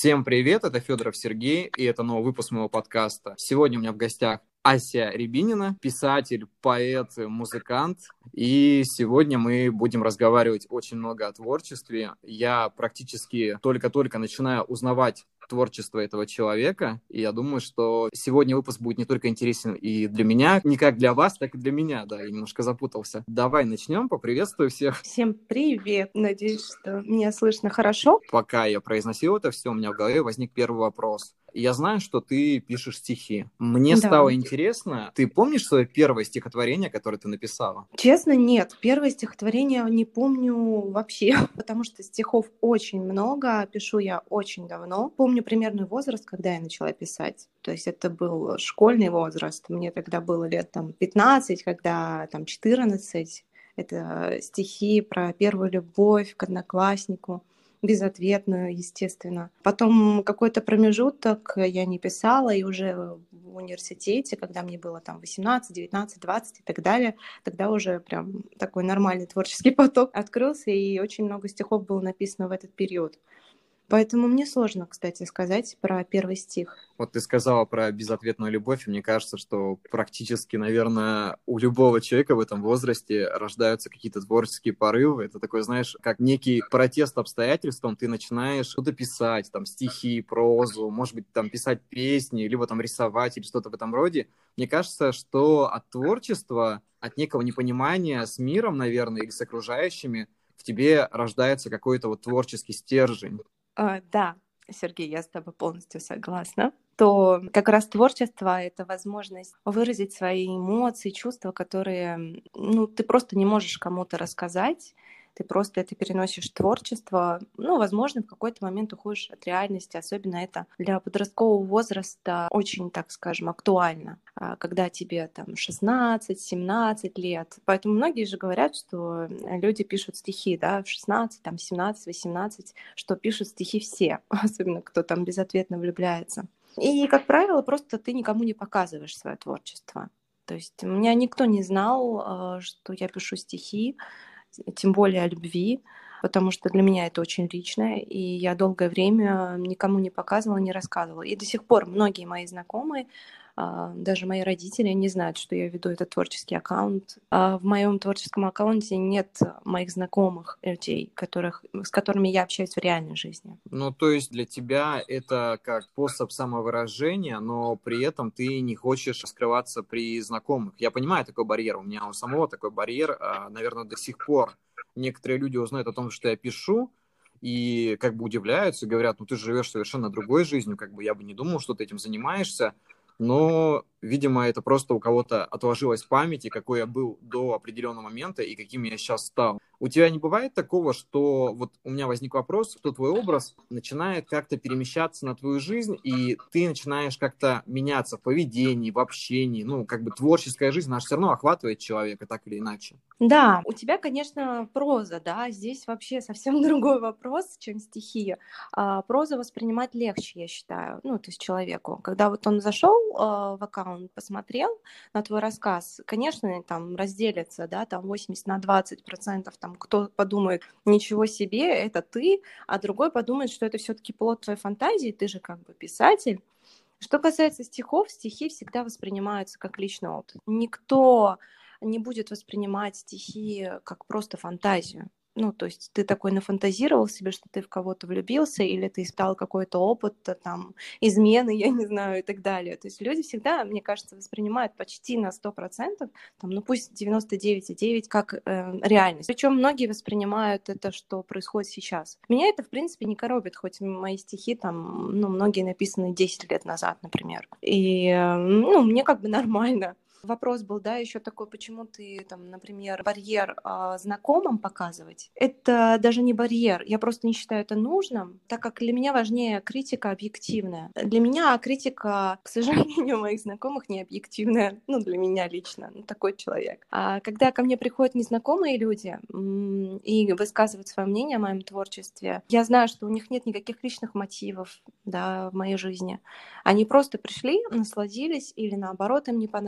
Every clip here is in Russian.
Всем привет, это Федоров Сергей, и это новый выпуск моего подкаста. Сегодня у меня в гостях Ася Рябинина, писатель, поэт, музыкант. И сегодня мы будем разговаривать очень много о творчестве. Я практически только-только начинаю узнавать творчество этого человека, и я думаю, что сегодня выпуск будет не только интересен и для меня, не как для вас, так и для меня, да, я немножко запутался. Давай начнем, поприветствую всех. Всем привет, надеюсь, что меня слышно хорошо. Пока я произносил это все, у меня в голове возник первый вопрос. Я знаю, что ты пишешь стихи. Мне стало интересно, ты помнишь свое первое стихотворение, которое ты написала? Честно, нет. Первое стихотворение не помню вообще, потому что стихов очень много, пишу я очень давно. Помню примерный возраст, когда я начала писать. То есть это был школьный возраст. Мне тогда было лет 15, когда 14. Это стихи про первую любовь к однокласснику. Безответную, естественно. Потом какой-то промежуток я не писала, и уже в университете, когда мне было 18, 19, 20 и так далее, тогда уже прям такой нормальный творческий поток открылся, и очень много стихов было написано в этот период. Поэтому мне сложно, кстати, сказать про первый стих. Вот ты сказала про безответную любовь, и мне кажется, что практически, наверное, у любого человека в этом возрасте рождаются какие-то творческие порывы. Это такой, знаешь, как некий протест обстоятельствам. Ты начинаешь что-то писать, стихи, прозу, может быть, писать песни, либо рисовать или что-то в этом роде. Мне кажется, что от творчества, от некого непонимания с миром, наверное, или с окружающими, в тебе рождается какой-то творческий стержень. Да, Сергей, я с тобой полностью согласна. То как раз творчество — это возможность выразить свои эмоции, чувства, которые ты просто не можешь кому-то рассказать. Ты просто это переносишь в творчество. Возможно, в какой-то момент уходишь от реальности. Особенно это для подросткового возраста очень, так скажем, актуально. Когда тебе 16-17 лет. Поэтому многие же говорят, что люди пишут стихи, в 16, 17, 18, что пишут стихи все. Особенно кто безответно влюбляется. И, как правило, просто ты никому не показываешь свое творчество. То есть меня никто не знал, что я пишу стихи, тем более о любви, потому что для меня это очень личное, и я долгое время никому не показывала, не рассказывала. И до сих пор многие мои знакомые, даже мои родители не знают, что я веду этот творческий аккаунт. В моем творческом аккаунте нет моих знакомых людей, с которыми я общаюсь в реальной жизни. То есть для тебя это как способ самовыражения, но при этом ты не хочешь скрываться при знакомых. Я понимаю такой барьер, у меня у самого такой барьер, наверное, до сих пор. Некоторые люди узнают о том, что я пишу, и удивляются, говорят, ты живешь совершенно другой жизнью, я бы не думал, что ты этим занимаешься. Но, видимо, это просто у кого-то отложилась в памяти, какой я был до определенного момента и каким я сейчас стал. У тебя не бывает такого, что у меня возник вопрос, что твой образ начинает как-то перемещаться на твою жизнь, и ты начинаешь как-то меняться в поведении, в общении, творческая жизнь, она все равно охватывает человека так или иначе. Да, у тебя, конечно, проза, здесь вообще совсем другой вопрос, чем стихи. Прозу воспринимать легче, я считаю, то есть человеку. Когда он зашел в аккаунт, посмотрел на твой рассказ, конечно, разделится, 80/20%, кто подумает, ничего себе, это ты, а другой подумает, что это все-таки плод твоей фантазии, ты же писатель. Что касается стихов, стихи всегда воспринимаются как личный опыт. Никто не будет воспринимать стихи как просто фантазию. То есть ты такой нафантазировал себе, что ты в кого-то влюбился, или ты испытал какой-то опыт, измены, я не знаю, и так далее. То есть люди всегда, мне кажется, воспринимают почти на 100%, пусть 99,9% как реальность. Причем многие воспринимают это, что происходит сейчас. Меня это, в принципе, не коробит, хоть мои стихи многие написаны 10 лет назад, например. И, мне нормально. Вопрос был, еще такой, почему ты, например, барьер знакомым показывать? Это даже не барьер, я просто не считаю это нужным, так как для меня важнее критика объективная. Для меня критика, к сожалению, моих знакомых не объективная, для меня лично, такой человек. А когда ко мне приходят незнакомые люди и высказывают свое мнение о моем творчестве, я знаю, что у них нет никаких личных мотивов, в моей жизни. Они просто пришли, насладились или наоборот им не понравилось,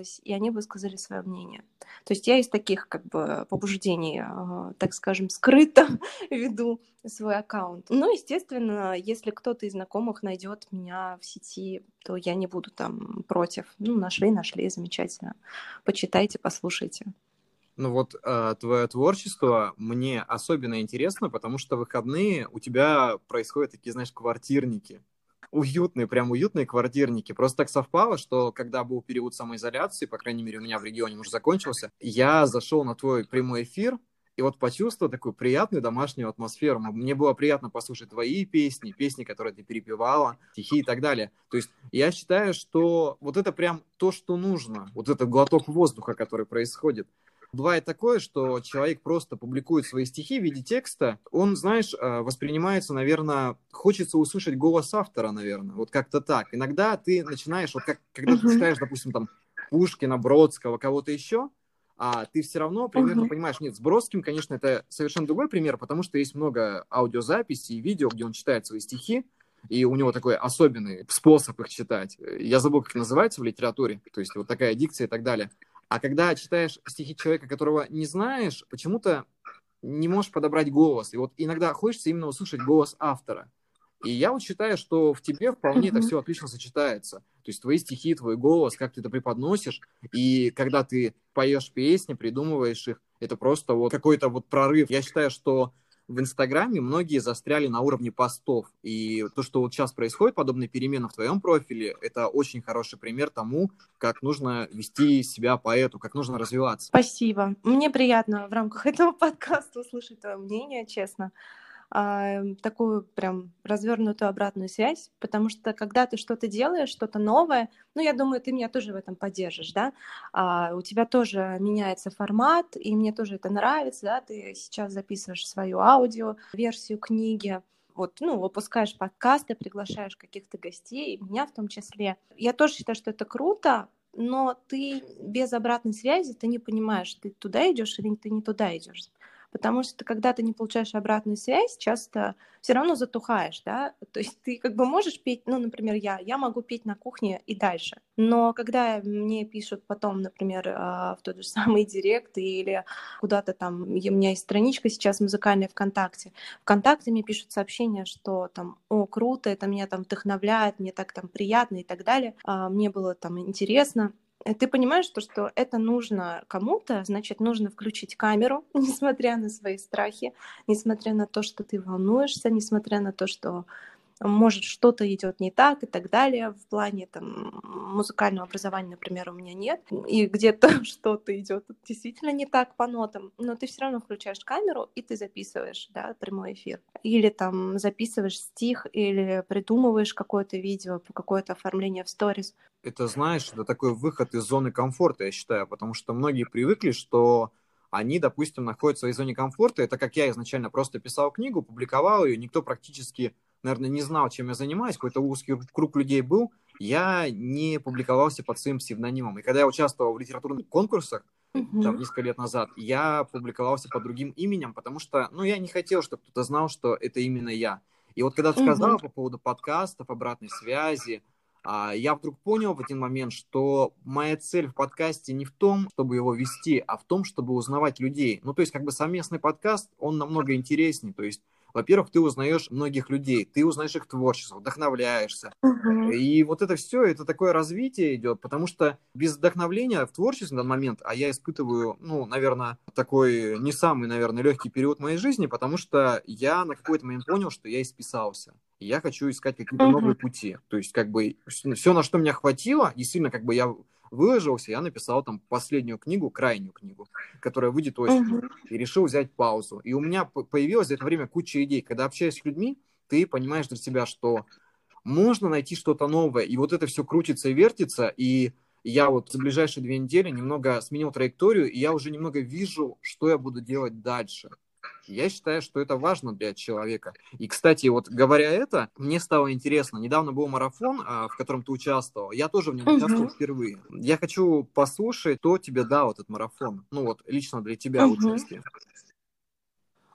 понравилось, и они высказали свое мнение. То есть я из таких как бы побуждений, так скажем, скрыто веду свой аккаунт. Ну, естественно, если кто-то из знакомых найдет меня в сети, то я не буду там против. Ну, нашли, замечательно. Почитайте, послушайте. Ну вот твое творчество мне особенно интересно, потому что в выходные у тебя происходят такие, знаешь, квартирники. Уютные, прям уютные квартирники. Просто так совпало, что когда был период самоизоляции, по крайней мере, у меня в регионе уже закончился, я зашел на твой прямой эфир и вот почувствовал такую приятную домашнюю атмосферу. Мне было приятно послушать твои песни, песни, которые ты перепевала, стихи и так далее. То есть я считаю, что вот это прям то, что нужно, вот этот глоток воздуха, который происходит. Бывает такое, что человек просто публикует свои стихи в виде текста, он, знаешь, воспринимается, наверное, хочется услышать голос автора, наверное, вот как-то так. Иногда ты начинаешь, вот как, когда ты читаешь, допустим, там, Пушкина, Бродского, кого-то еще, а ты все равно примерно понимаешь, нет, с Бродским, конечно, это совершенно другой пример, потому что есть много аудиозаписей и видео, где он читает свои стихи, и у него такой особенный способ их читать. Я забыл, как это называется в литературе, то есть вот такая дикция и так далее. А когда читаешь стихи человека, которого не знаешь, почему-то не можешь подобрать голос. И вот иногда хочется именно услышать голос автора. И я вот считаю, что в тебе вполне это все отлично сочетается. То есть твои стихи, твой голос, как ты это преподносишь. И когда ты поешь песни, придумываешь их, это просто вот какой-то вот прорыв. Я считаю, что в Инстаграме многие застряли на уровне постов. И то, что вот сейчас происходит, подобные перемены в твоем профиле, это очень хороший пример тому, как нужно вести себя поэту, как нужно развиваться. Спасибо. Мне приятно в рамках этого подкаста услышать твое мнение, честно. Такую прям развернутую обратную связь, потому что когда ты что-то делаешь, что-то новое, ну, я думаю, ты меня тоже в этом поддержишь, да, у тебя тоже меняется формат, и мне тоже это нравится, да, ты сейчас записываешь свою аудио-версию книги, вот, ну, выпускаешь подкасты, приглашаешь каких-то гостей, меня в том числе. Я тоже считаю, что это круто, но ты без обратной связи, ты не понимаешь, ты туда идешь или ты не туда идешь. Потому что когда ты не получаешь обратную связь, часто все равно затухаешь, да, то есть ты как бы можешь петь, ну, например, я могу петь на кухне и дальше, но когда мне пишут потом, например, в тот же самый директ или куда-то там, у меня есть страничка сейчас музыкальная ВКонтакте мне пишут сообщения, что там, о, круто, это меня там вдохновляет, мне так там приятно и так далее, мне было там интересно. Ты понимаешь, что это нужно кому-то, значит, нужно включить камеру, несмотря на свои страхи, несмотря на то, что ты волнуешься, несмотря на то, что может что-то идет не так и так далее. В плане там музыкального образования, например, у меня нет, и где-то что-то идет действительно не так по нотам, но ты все равно включаешь камеру и ты записываешь, да, прямой эфир. Или там записываешь стих, или придумываешь какое-то видео, какое-то оформление в сторис. Это, знаешь, это такой выход из зоны комфорта, я считаю, потому что многие привыкли, что они, допустим, находятся в своей зоне комфорта. Это как я изначально просто писал книгу, публиковал ее, никто практически, наверное, не знал, чем я занимаюсь, какой-то узкий круг людей был. Я не публиковался под своим псевдонимом. И когда я участвовал в литературных конкурсах, там, несколько лет назад, я публиковался под другим именем, потому что, ну, я не хотел, чтобы кто-то знал, что это именно я. И вот когда ты сказала по поводу подкастов, обратной связи, я вдруг понял в один момент, что моя цель в подкасте не в том, чтобы его вести, а в том, чтобы узнавать людей. Ну, то есть, как бы совместный подкаст, он намного интереснее. То есть, во-первых, ты узнаешь многих людей, ты узнаешь их творчество, вдохновляешься. И вот это все, это такое развитие идет, потому что без вдохновления в творчестве на данный момент, а я испытываю, ну, наверное, такой не самый, наверное, легкий период моей жизни, потому что я на какой-то момент понял, что я исписался. И я хочу искать какие-то новые пути. То есть, как бы, все, на что меня хватило, действительно, как бы я выложился, я написал там последнюю книгу, крайнюю книгу, которая выйдет осенью, и решил взять паузу. И у меня появилась за это время куча идей. Когда общаюсь с людьми, ты понимаешь для себя, что можно найти что-то новое, и вот это все крутится и вертится, и я вот за ближайшие 2 недели немного сменил траекторию, и я уже немного вижу, что я буду делать дальше. Я считаю, что это важно для человека. И, кстати, вот говоря это, мне стало интересно. Недавно был марафон, в котором ты участвовал. Я тоже в нем участвовал впервые. Я хочу послушать, что тебе дал этот марафон. Ну вот, лично для тебя участие.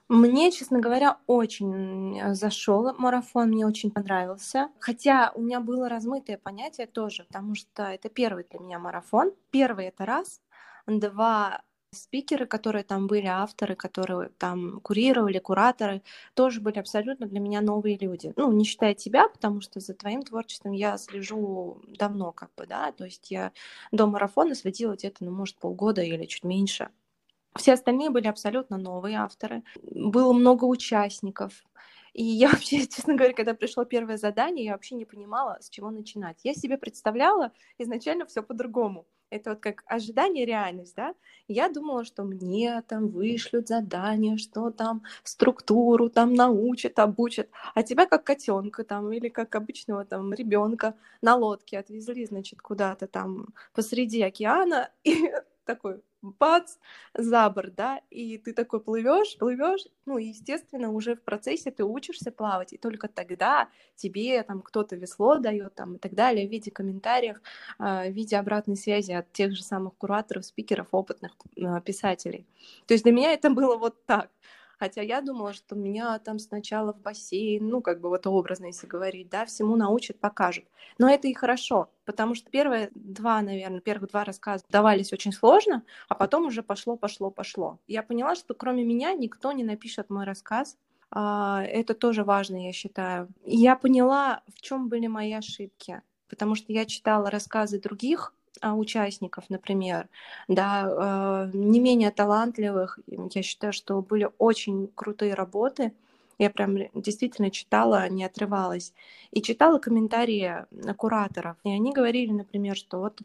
Мне, честно говоря, очень зашел марафон, мне очень понравился. Хотя у меня было размытое понятие тоже, потому что это первый для меня марафон. Первый — это раз. Два — спикеры, которые там были, авторы, которые там курировали, кураторы, тоже были абсолютно для меня новые люди. Ну, не считая тебя, потому что за твоим творчеством я слежу давно, как бы, да, то есть я до марафона следила где-то, ну, может, полгода или чуть меньше. Все остальные были абсолютно новые авторы. Было много участников. И я вообще, честно говоря, когда пришло первое задание, я вообще не понимала, с чего начинать. Я себе представляла изначально все по-другому. Это вот как ожидание, реальность, да? Я думала, что мне там вышлют задание, что там структуру там научат, обучат, а тебя как котенка там или как обычного там ребенка на лодке отвезли, значит, куда-то там посреди океана и такой бац, за борт, да, и ты такой плывешь, плывешь, ну, и, естественно, уже в процессе ты учишься плавать, и только тогда тебе там кто-то весло дает там и так далее в виде комментариев, в виде обратной связи от тех же самых кураторов, спикеров, опытных писателей. То есть для меня это было вот так. Хотя я думала, что меня там сначала в бассейн, ну, как бы вот образно, если говорить, да, всему научат, покажут. Но это и хорошо, потому что первых два рассказа давались очень сложно, а потом уже пошло. Я поняла, что кроме меня никто не напишет мой рассказ. Это тоже важно, я считаю. И я поняла, в чем были мои ошибки, потому что я читала рассказы других участников, например, да, не менее талантливых. Я считаю, что были очень крутые работы. Я прям действительно читала, не отрывалась. И читала комментарии кураторов. И они говорили, например, что вот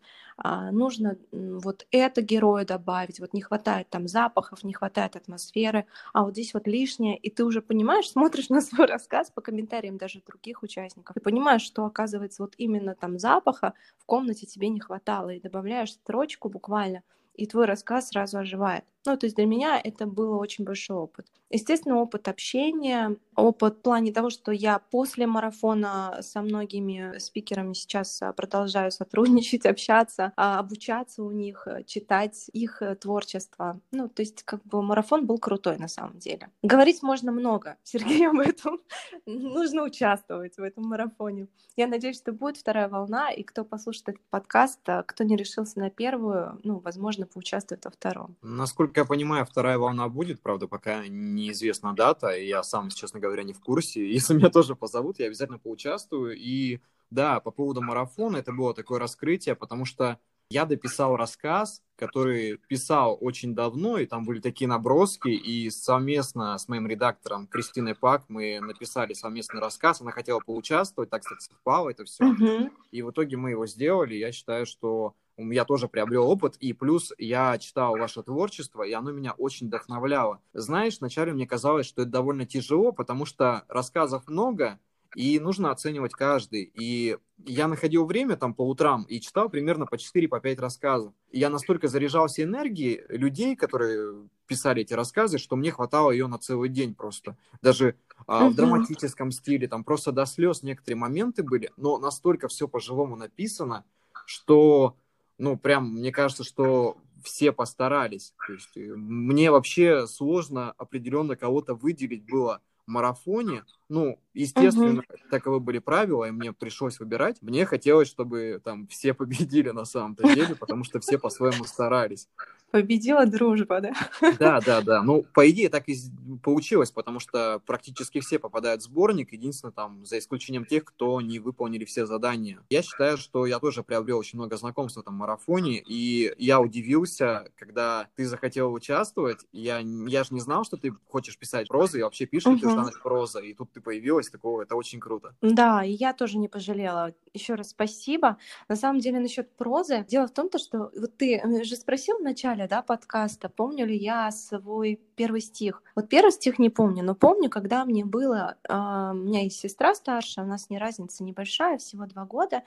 нужно вот это герою добавить, вот не хватает там запахов, не хватает атмосферы, а вот здесь вот лишнее. И ты уже понимаешь, смотришь на свой рассказ по комментариям даже других участников, и понимаешь, что, оказывается, вот именно там запаха в комнате тебе не хватало, и добавляешь строчку буквально, и твой рассказ сразу оживает. Ну, то есть для меня это был очень большой опыт. Естественно, опыт общения, опыт в плане того, что я после марафона со многими спикерами сейчас продолжаю сотрудничать, общаться, обучаться у них, читать их творчество. Ну, то есть как бы марафон был крутой на самом деле. Говорить можно много, Сергей, об этом. Нужно участвовать в этом марафоне. Я надеюсь, что будет вторая волна, и кто послушает этот подкаст, кто не решился на первую, ну, возможно, поучаствует во втором. Насколько я понимаю, вторая волна будет, правда, пока неизвестна дата, и я сам, честно говоря, не в курсе. Если меня тоже позовут, я обязательно поучаствую. И да, по поводу марафона, это было такое раскрытие, потому что я дописал рассказ, который писал очень давно, и там были такие наброски, и совместно с моим редактором Кристиной Пак мы написали совместный рассказ, она хотела поучаствовать, так, кстати, совпало это все. Мгм. И в итоге мы его сделали. Я считаю, что я тоже приобрел опыт, и плюс я читал ваше творчество, и оно меня очень вдохновляло. Знаешь, вначале мне казалось, что это довольно тяжело, потому что рассказов много, и нужно оценивать каждый. И я находил время там по утрам и читал примерно по 4-5 рассказов. И я настолько заряжался энергией людей, которые писали эти рассказы, что мне хватало ее на целый день просто. Даже в Мгм. драматическом стиле, там просто до слез некоторые моменты были, но настолько все по-живому написано, что, ну, прям, мне кажется, что все постарались. То есть мне вообще сложно определенно кого-то выделить было в марафоне. Ну, Мгм. естественно, таковы были правила, и мне пришлось выбирать. Мне хотелось, чтобы там все победили на самом-то деле, потому что все по-своему старались. Победила дружба, да? Да, да, да. Ну, по идее, так и получилось, потому что практически все попадают в сборник, единственное, там, за исключением тех, кто не выполнили все задания. Я считаю, что я тоже приобрел очень много знакомств в этом марафоне, и я удивился, когда ты захотел участвовать. Я же не знал, что ты хочешь писать прозу, и вообще пишешь ли ты Мгм. жанр проза, и тут ты появилась, такого, это очень круто. Да, и я тоже не пожалела. Еще раз спасибо. На самом деле, насчет прозы. Дело в том, то, что вот ты же спросил в начале, да, подкаста, помню ли я свой первый стих. Вот первый стих не помню, но помню, когда мне было... у меня есть сестра старшая, у нас не разница небольшая, всего 2 года,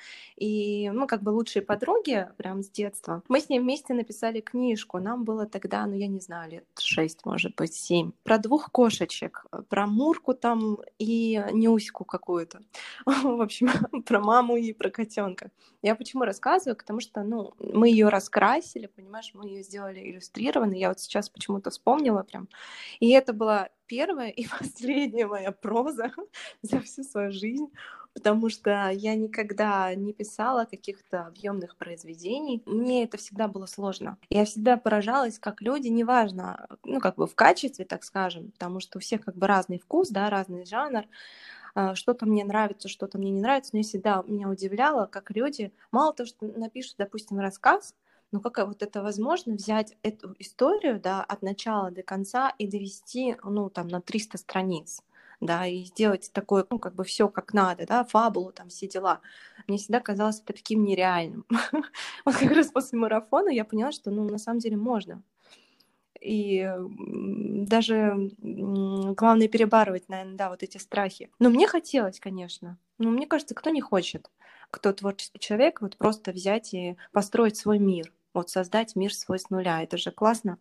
и мы как бы лучшие подруги прям с детства. Мы с ней вместе написали книжку. Нам было тогда, ну, я не знаю, лет 6, может быть, 7. Про двух кошечек. Про Мурку там и Нюську какую-то. В общем, про маму Муи про котенка. Я почему рассказываю? Потому что, ну, мы ее раскрасили, понимаешь, мы ее сделали иллюстрированной. Я вот сейчас почему-то вспомнила прям. И это была первая и последняя моя проза за всю свою жизнь, потому что я никогда не писала каких-то объемных произведений. Мне это всегда было сложно. Я всегда поражалась, как люди, неважно, ну, как бы в качестве, так скажем, потому что у всех как бы разный вкус, да, разный жанр, что-то мне нравится, что-то мне не нравится, но я всегда меня удивляло, как люди, мало того, что напишут, допустим, рассказ, но как вот это возможно взять эту историю, да, от начала до конца и довести, ну, там, на 300 страниц, да, и сделать такое, ну, как бы все как надо, да, фабулу, там, все дела. Мне всегда казалось это таким нереальным. Вот как раз после марафона я поняла, что, ну, на самом деле можно. И даже главное перебарывать, наверное, да, вот эти страхи. Но мне хотелось, конечно. Но мне кажется, кто не хочет, кто творческий человек, вот просто взять и построить свой мир, вот создать мир свой с нуля. Это же классно.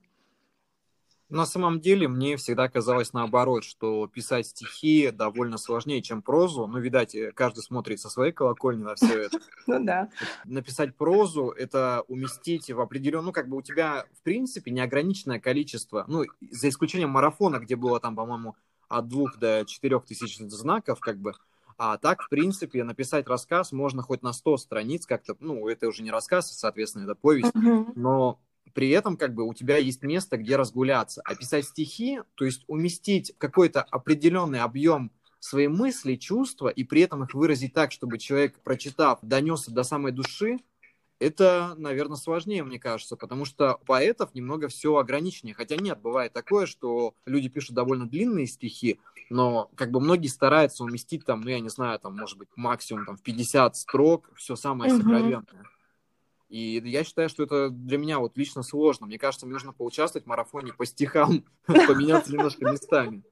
На самом деле, мне всегда казалось наоборот, что писать стихи довольно сложнее, чем прозу. Ну, видать, каждый смотрит со своей колокольни на все это. Ну да. Написать прозу — это уместить в определенную... Ну, как бы у тебя, в принципе, неограниченное количество, ну, за исключением марафона, где было там, по-моему, от 2 до 4 тысяч знаков, как бы. А так, в принципе, написать рассказ можно хоть на 100 страниц как-то, ну, это уже не рассказ, соответственно, это повесть, Мгм. но при этом как бы у тебя есть место, где разгуляться. А писать стихи, то есть уместить какой-то определенный объем свои мысли, чувства, и при этом их выразить так, чтобы человек, прочитав, донес до самой души, это, наверное, сложнее, мне кажется, потому что у поэтов немного все ограниченнее. Хотя нет, бывает такое, что люди пишут довольно длинные стихи, но как бы многие стараются уместить там, ну, я не знаю, там, может быть, максимум там в 50 строк, все самое Мгм. сокровенное. И я считаю, что это для меня вот лично сложно. Мне кажется, мне нужно поучаствовать в марафоне по стихам, поменяться немножко местами.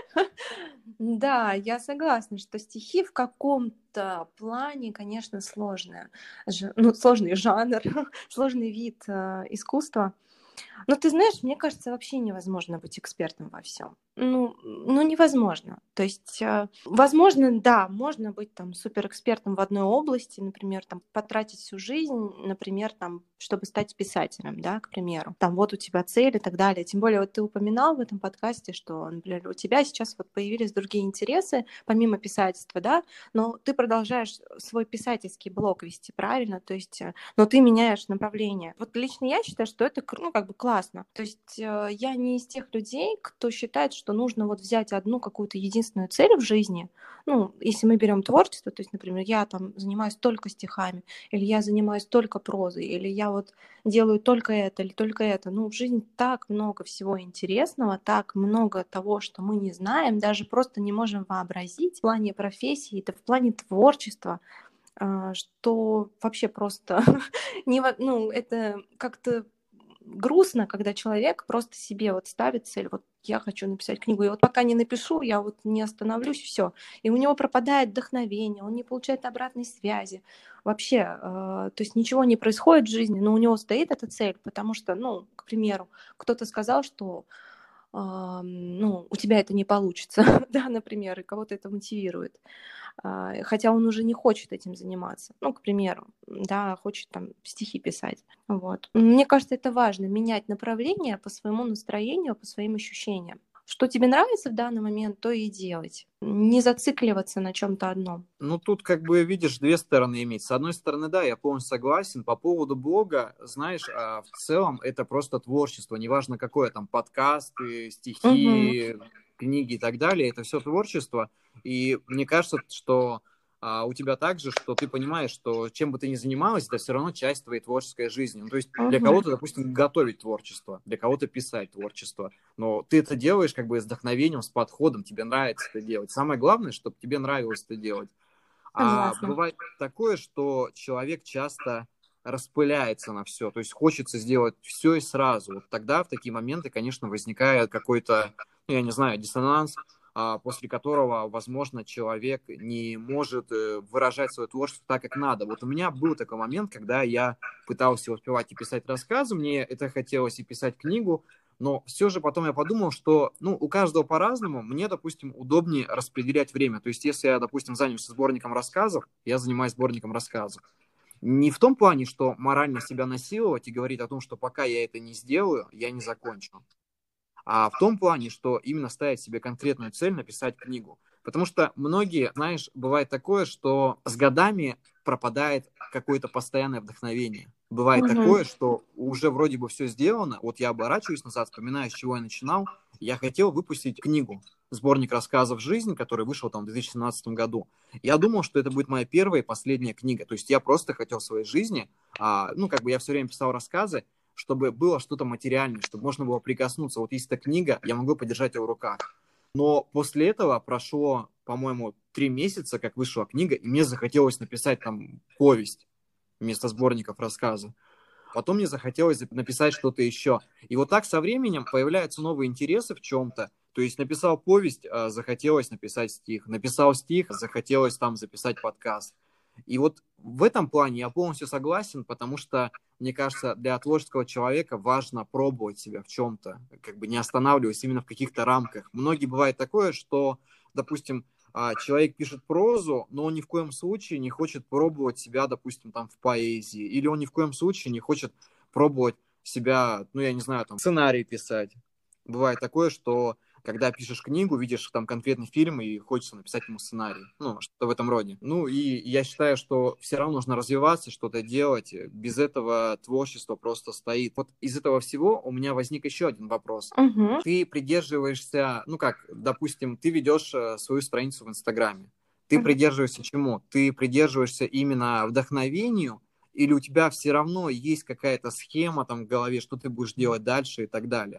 Да, я согласна, что стихи в каком-то плане, конечно, сложные. Ну, сложный жанр, сложный вид искусства. Но ты знаешь, мне кажется, вообще невозможно быть экспертом во всем. Ну невозможно. То есть, возможно, да, можно быть там суперэкспертом в одной области, например, там потратить всю жизнь, например, там, чтобы стать писателем, да, к примеру. Там вот у тебя цель и так далее. Тем более, вот ты упоминал в этом подкасте, что, например, у тебя сейчас вот появились другие интересы, помимо писательства, да, но ты продолжаешь свой писательский блог вести, правильно? То есть, но ты меняешь направление. Вот лично я считаю, что это, ну, как бы классно. То есть я не из тех людей, кто считает, что нужно вот взять одну какую-то единственную цель в жизни. Ну, если мы берем творчество, то есть, например, я там занимаюсь только стихами, или я занимаюсь только прозой, или я вот делаю только это, или только это. Ну, в жизни так много всего интересного, так много того, что мы не знаем, даже просто не можем вообразить в плане профессии, это в плане творчества, что вообще просто ну, это как-то грустно, когда человек просто себе вот ставит цель, вот я хочу написать книгу, и вот пока не напишу, я вот не остановлюсь, все. И у него пропадает вдохновение, он не получает обратной связи. Вообще, то есть ничего не происходит в жизни, но у него стоит эта цель, потому что, ну, к примеру, кто-то сказал, что ну, у тебя это не получится, да, например, и кого-то это мотивирует. Хотя он уже не хочет этим заниматься, ну, к примеру, да, хочет там стихи писать, вот. Мне кажется, это важно, менять направление по своему настроению, по своим ощущениям. Что тебе нравится в данный момент, то и делать. Не зацикливаться на чем-то одном. Ну, тут, как бы, видишь, две стороны иметь. С одной стороны, да, я полностью согласен. По поводу блога, знаешь, в целом это просто творчество. Неважно, какое там подкасты, Мгм. стихи, книги и так далее. Это все творчество. И мне кажется, что у тебя также, что ты понимаешь, что чем бы ты ни занималась, это все равно часть твоей творческой жизни. Ну, то есть для Мгм. кого-то, допустим, готовить творчество, для кого-то писать творчество. Но ты это делаешь как бы с вдохновением, с подходом, тебе нравится это делать. Самое главное, чтобы тебе нравилось это делать. А Согласна. бывает такое, что человек часто распыляется на все, то есть хочется сделать все и сразу. Вот тогда в такие моменты, конечно, возникает какой-то, ну, я не знаю, диссонанс, после которого, возможно, человек не может выражать свое творчество так, как надо. Вот у меня был такой момент, когда я пытался успевать и писать рассказы, мне это хотелось и писать книгу, Но все же потом я подумал, что, ну, у каждого по-разному, мне, допустим, удобнее распределять время. То есть, если я, допустим, занялся сборником рассказов, я занимаюсь сборником рассказов. Не в том плане, что морально себя насиловать и говорить о том, что пока я это не сделаю, я не закончу. А в том плане, что именно ставить себе конкретную цель написать книгу. Потому что многие, знаешь, бывает такое, что с годами пропадает какое-то постоянное вдохновение. Бывает Мгм. такое, что уже вроде бы все сделано, вот я оборачиваюсь назад, вспоминаю, с чего я начинал, я хотел выпустить книгу, сборник рассказов «Жизнь», который вышел там в 2017 году. Я думал, что это будет моя первая и последняя книга. То есть я просто хотел в своей жизни, ну, как бы я все время писал рассказы, чтобы было что-то материальное, чтобы можно было прикоснуться. Вот есть эта книга, я могу подержать ее в руках. Но после этого прошло, по-моему, 3 месяца, как вышла книга, и мне захотелось написать там повесть вместо сборников рассказов. Потом мне захотелось написать что-то еще. И вот так со временем появляются новые интересы в чем-то. То есть написал повесть, захотелось написать стих. Написал стих, захотелось там записать подкаст. И вот в этом плане я полностью согласен, потому что, мне кажется, для творческого человека важно пробовать себя в чем-то, как бы не останавливаясь именно в каких-то рамках. Многие бывает такое, что, допустим, человек пишет прозу, но он ни в коем случае не хочет пробовать себя, допустим, там в поэзии, или он ни в коем случае не хочет пробовать себя, ну, я не знаю, там, сценарий писать. Бывает такое, что когда пишешь книгу, видишь там конкретный фильм и хочется написать ему сценарий. Ну, что-то в этом роде. Ну, и я считаю, что все равно нужно развиваться, что-то делать. Без этого творчество просто стоит. Вот из этого всего у меня возник еще один вопрос. Мгм. Ты придерживаешься, ну как, допустим, ты ведешь свою страницу в Инстаграме. Ты Мгм. придерживаешься чему? Ты придерживаешься именно вдохновению, или у тебя все равно есть какая-то схема там в голове, что ты будешь делать дальше и так далее?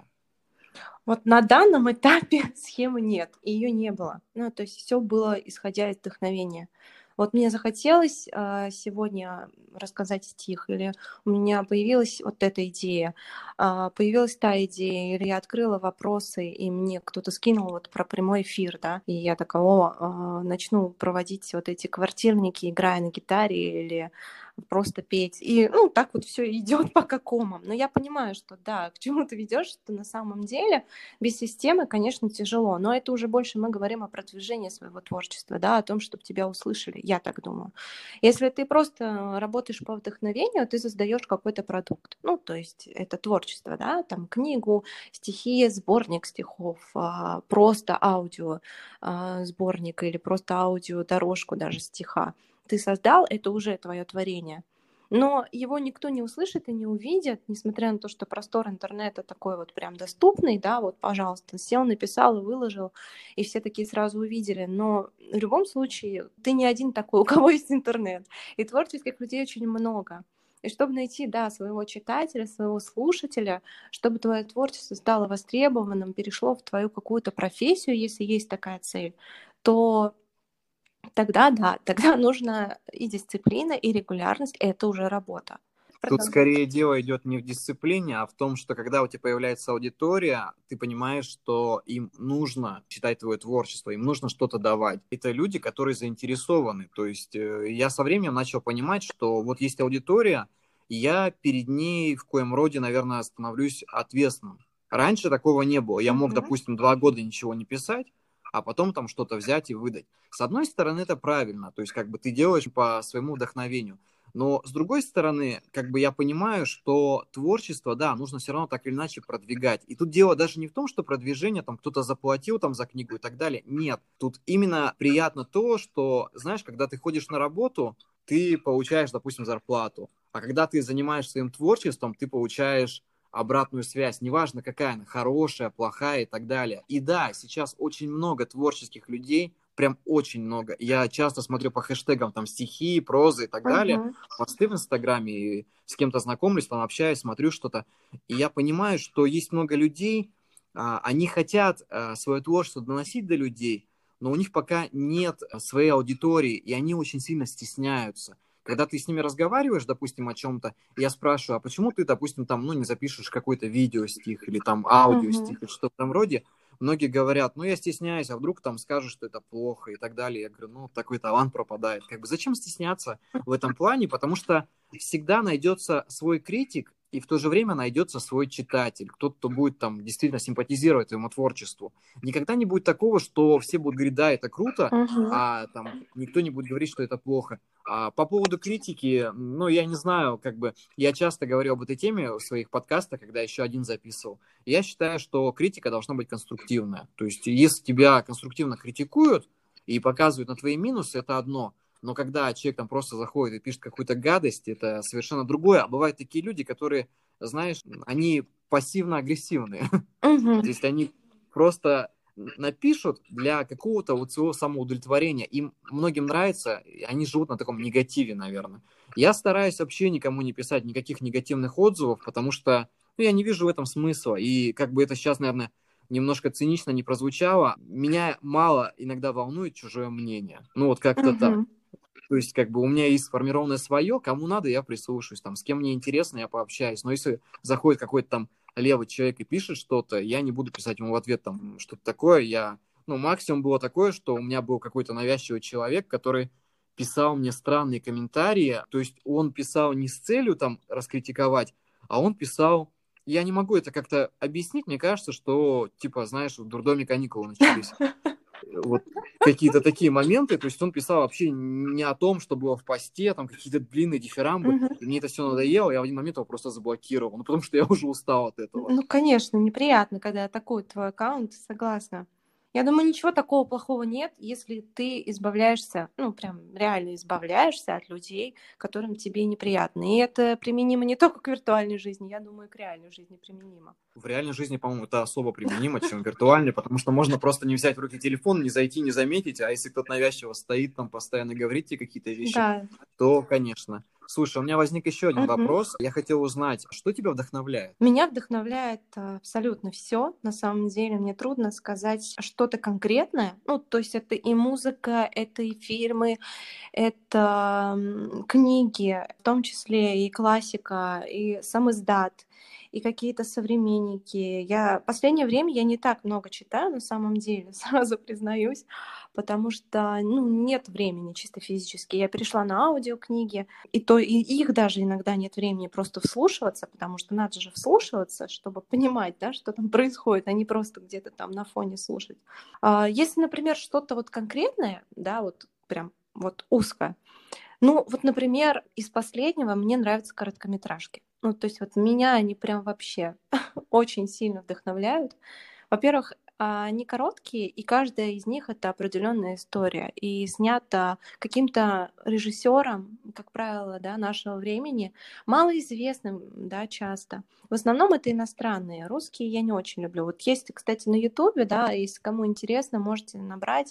Вот на данном этапе схемы нет, ее не было. Ну, то есть все было исходя из вдохновения. Вот мне захотелось сегодня рассказать стих, или у меня появилась вот эта идея, появилась та идея, или я открыла вопросы, и мне кто-то скинул вот про прямой эфир, да, и я такая, начну проводить вот эти квартирники, играя на гитаре, или просто петь. И, ну, так вот все идет по какому. Но я понимаю, что да, к чему ты ведешь, что на самом деле без системы, конечно, тяжело. Но это уже больше мы говорим о продвижении своего творчества, да, о том, чтобы тебя услышали. Я так думаю. Если ты просто работаешь по вдохновению, ты создаешь какой-то продукт. Ну, то есть это творчество, да, там книгу, стихи, сборник стихов, просто аудио сборник или просто аудио дорожку даже стиха ты создал, это уже твое творение. Но его никто не услышит и не увидит, несмотря на то, что простор интернета такой вот прям доступный, да, вот, пожалуйста, сел, написал и выложил, и все такие сразу увидели. Но в любом случае ты не один такой, у кого есть интернет. И творческих людей очень много. И чтобы найти, да, своего читателя, своего слушателя, чтобы твое творчество стало востребованным, перешло в твою какую-то профессию, если есть такая цель, то тогда да, тогда нужна и дисциплина, и регулярность, и это уже работа. Тут Продолжай. скорее дело идет не в дисциплине, а в том, что когда у тебя появляется аудитория, ты понимаешь, что им нужно читать твое творчество, им нужно что-то давать. Это люди, которые заинтересованы. То есть я со временем начал понимать, что вот есть аудитория, и я перед ней в коем роде, наверное, становлюсь ответственным. Раньше такого не было. Я мог, Мгм. допустим, 2 года ничего не писать, а потом там что-то взять и выдать. С одной стороны, это правильно, то есть как бы ты делаешь по своему вдохновению. Но, с другой стороны, как бы я понимаю, что творчество, да, нужно все равно так или иначе продвигать. И тут дело даже не в том, что продвижение, там, кто-то заплатил там за книгу и так далее. Нет. Тут именно приятно то, что, знаешь, когда ты ходишь на работу, ты получаешь, допустим, зарплату. А когда ты занимаешься своим творчеством, ты получаешь обратную связь, неважно какая она, хорошая, плохая и так далее. И да, сейчас очень много творческих людей, прям очень много. Я часто смотрю по хэштегам там стихи, прозы и так далее, Мгм. посты в Инстаграме, и с кем-то знакомлюсь, там общаюсь, смотрю что-то, и я понимаю, что есть много людей, они хотят свое творчество доносить до людей, но у них пока нет своей аудитории, и они очень сильно стесняются. Когда ты с ними разговариваешь, допустим, о чем-то, я спрашиваю, а почему ты, допустим, там, ну, не запишешь какой-то видеостих или там Мгм. аудиостих или что-то в этом роде, многие говорят, ну, я стесняюсь, а вдруг там скажут, что это плохо и так далее. Я говорю, ну, такой талант пропадает. Как бы зачем стесняться в этом плане? Потому что всегда найдется свой критик, и в то же время найдется свой читатель, кто-то, кто будет там действительно симпатизировать твоему творчеству. Никогда не будет такого, что все будут говорить, да, это круто, Мгм. а там никто не будет говорить, что это плохо. А по поводу критики, ну, я не знаю, как бы, я часто говорю об этой теме в своих подкастах, когда еще один записывал. Я считаю, что критика должна быть конструктивная. То есть, если тебя конструктивно критикуют и показывают на твои минусы, это одно. Но когда человек там просто заходит и пишет какую-то гадость, это совершенно другое. А бывают такие люди, которые, знаешь, они пассивно-агрессивные. То Мгм. есть они просто напишут для какого-то вот своего самоудовлетворения. Им многим нравится, и они живут на таком негативе, наверное. Я стараюсь вообще никому не писать никаких негативных отзывов, потому что ну, я не вижу в этом смысла. И как бы это сейчас, наверное, немножко цинично не прозвучало, меня мало иногда волнует чужое мнение. Ну вот как-то так. Мгм. То есть, как бы у меня есть сформированное свое, кому надо, я прислушаюсь, там, с кем мне интересно, я пообщаюсь. Но если заходит какой-то там левый человек и пишет что-то, я не буду писать ему в ответ там что-то такое. Ну, максимум было такое, что у меня был какой-то навязчивый человек, который писал мне странные комментарии. То есть он писал не с целью там раскритиковать, а он писал... Я не могу это как-то объяснить. Мне кажется, что, типа, знаешь, в дурдоме каникулы начались вот какие-то такие моменты, то есть он писал вообще не о том, что было в посте, там какие-то длинные дифирамбы, Мгм. и мне это все надоело, я в один момент его просто заблокировал, ну потому что я уже устал от этого. Ну, конечно, неприятно, когда атакуют твой аккаунт, согласна. Я думаю, ничего такого плохого нет, если ты избавляешься, ну, прям реально избавляешься от людей, которым тебе неприятно. И это применимо не только к виртуальной жизни, я думаю, и к реальной жизни применимо. В реальной жизни, по-моему, это особо применимо, чем в виртуальной, потому что можно просто не взять в руки телефон, не зайти, не заметить, а если кто-то навязчиво стоит, там постоянно говорит тебе какие-то вещи, Да. то, конечно. Слушай, у меня возник еще один Мгм. вопрос. Я хотел узнать, что тебя вдохновляет? Меня вдохновляет абсолютно все. На самом деле мне трудно сказать что-то конкретное. Ну, то есть это и музыка, это и фильмы, это книги, в том числе и классика, и сам издат, и какие-то современники. Последнее время я не так много читаю, на самом деле, сразу признаюсь, потому что, ну, нет времени чисто физически. Я перешла на аудиокниги, и то и их даже иногда нет времени просто вслушиваться, потому что надо же вслушиваться, чтобы понимать, да, что там происходит, а не просто где-то там на фоне слушать. Если, например, что-то вот конкретное, да, вот прям вот узко. Ну, вот, например, из последнего мне нравятся короткометражки. Ну, то есть вот меня они прям вообще очень сильно вдохновляют. Во-первых, они короткие, и каждая из них это определенная история. И снята каким-то режиссером, как правило, да, нашего времени, малоизвестным, да, часто. В основном это иностранные. Русские я не очень люблю. Вот есть, кстати, на Ютубе, да, если кому интересно, можете набрать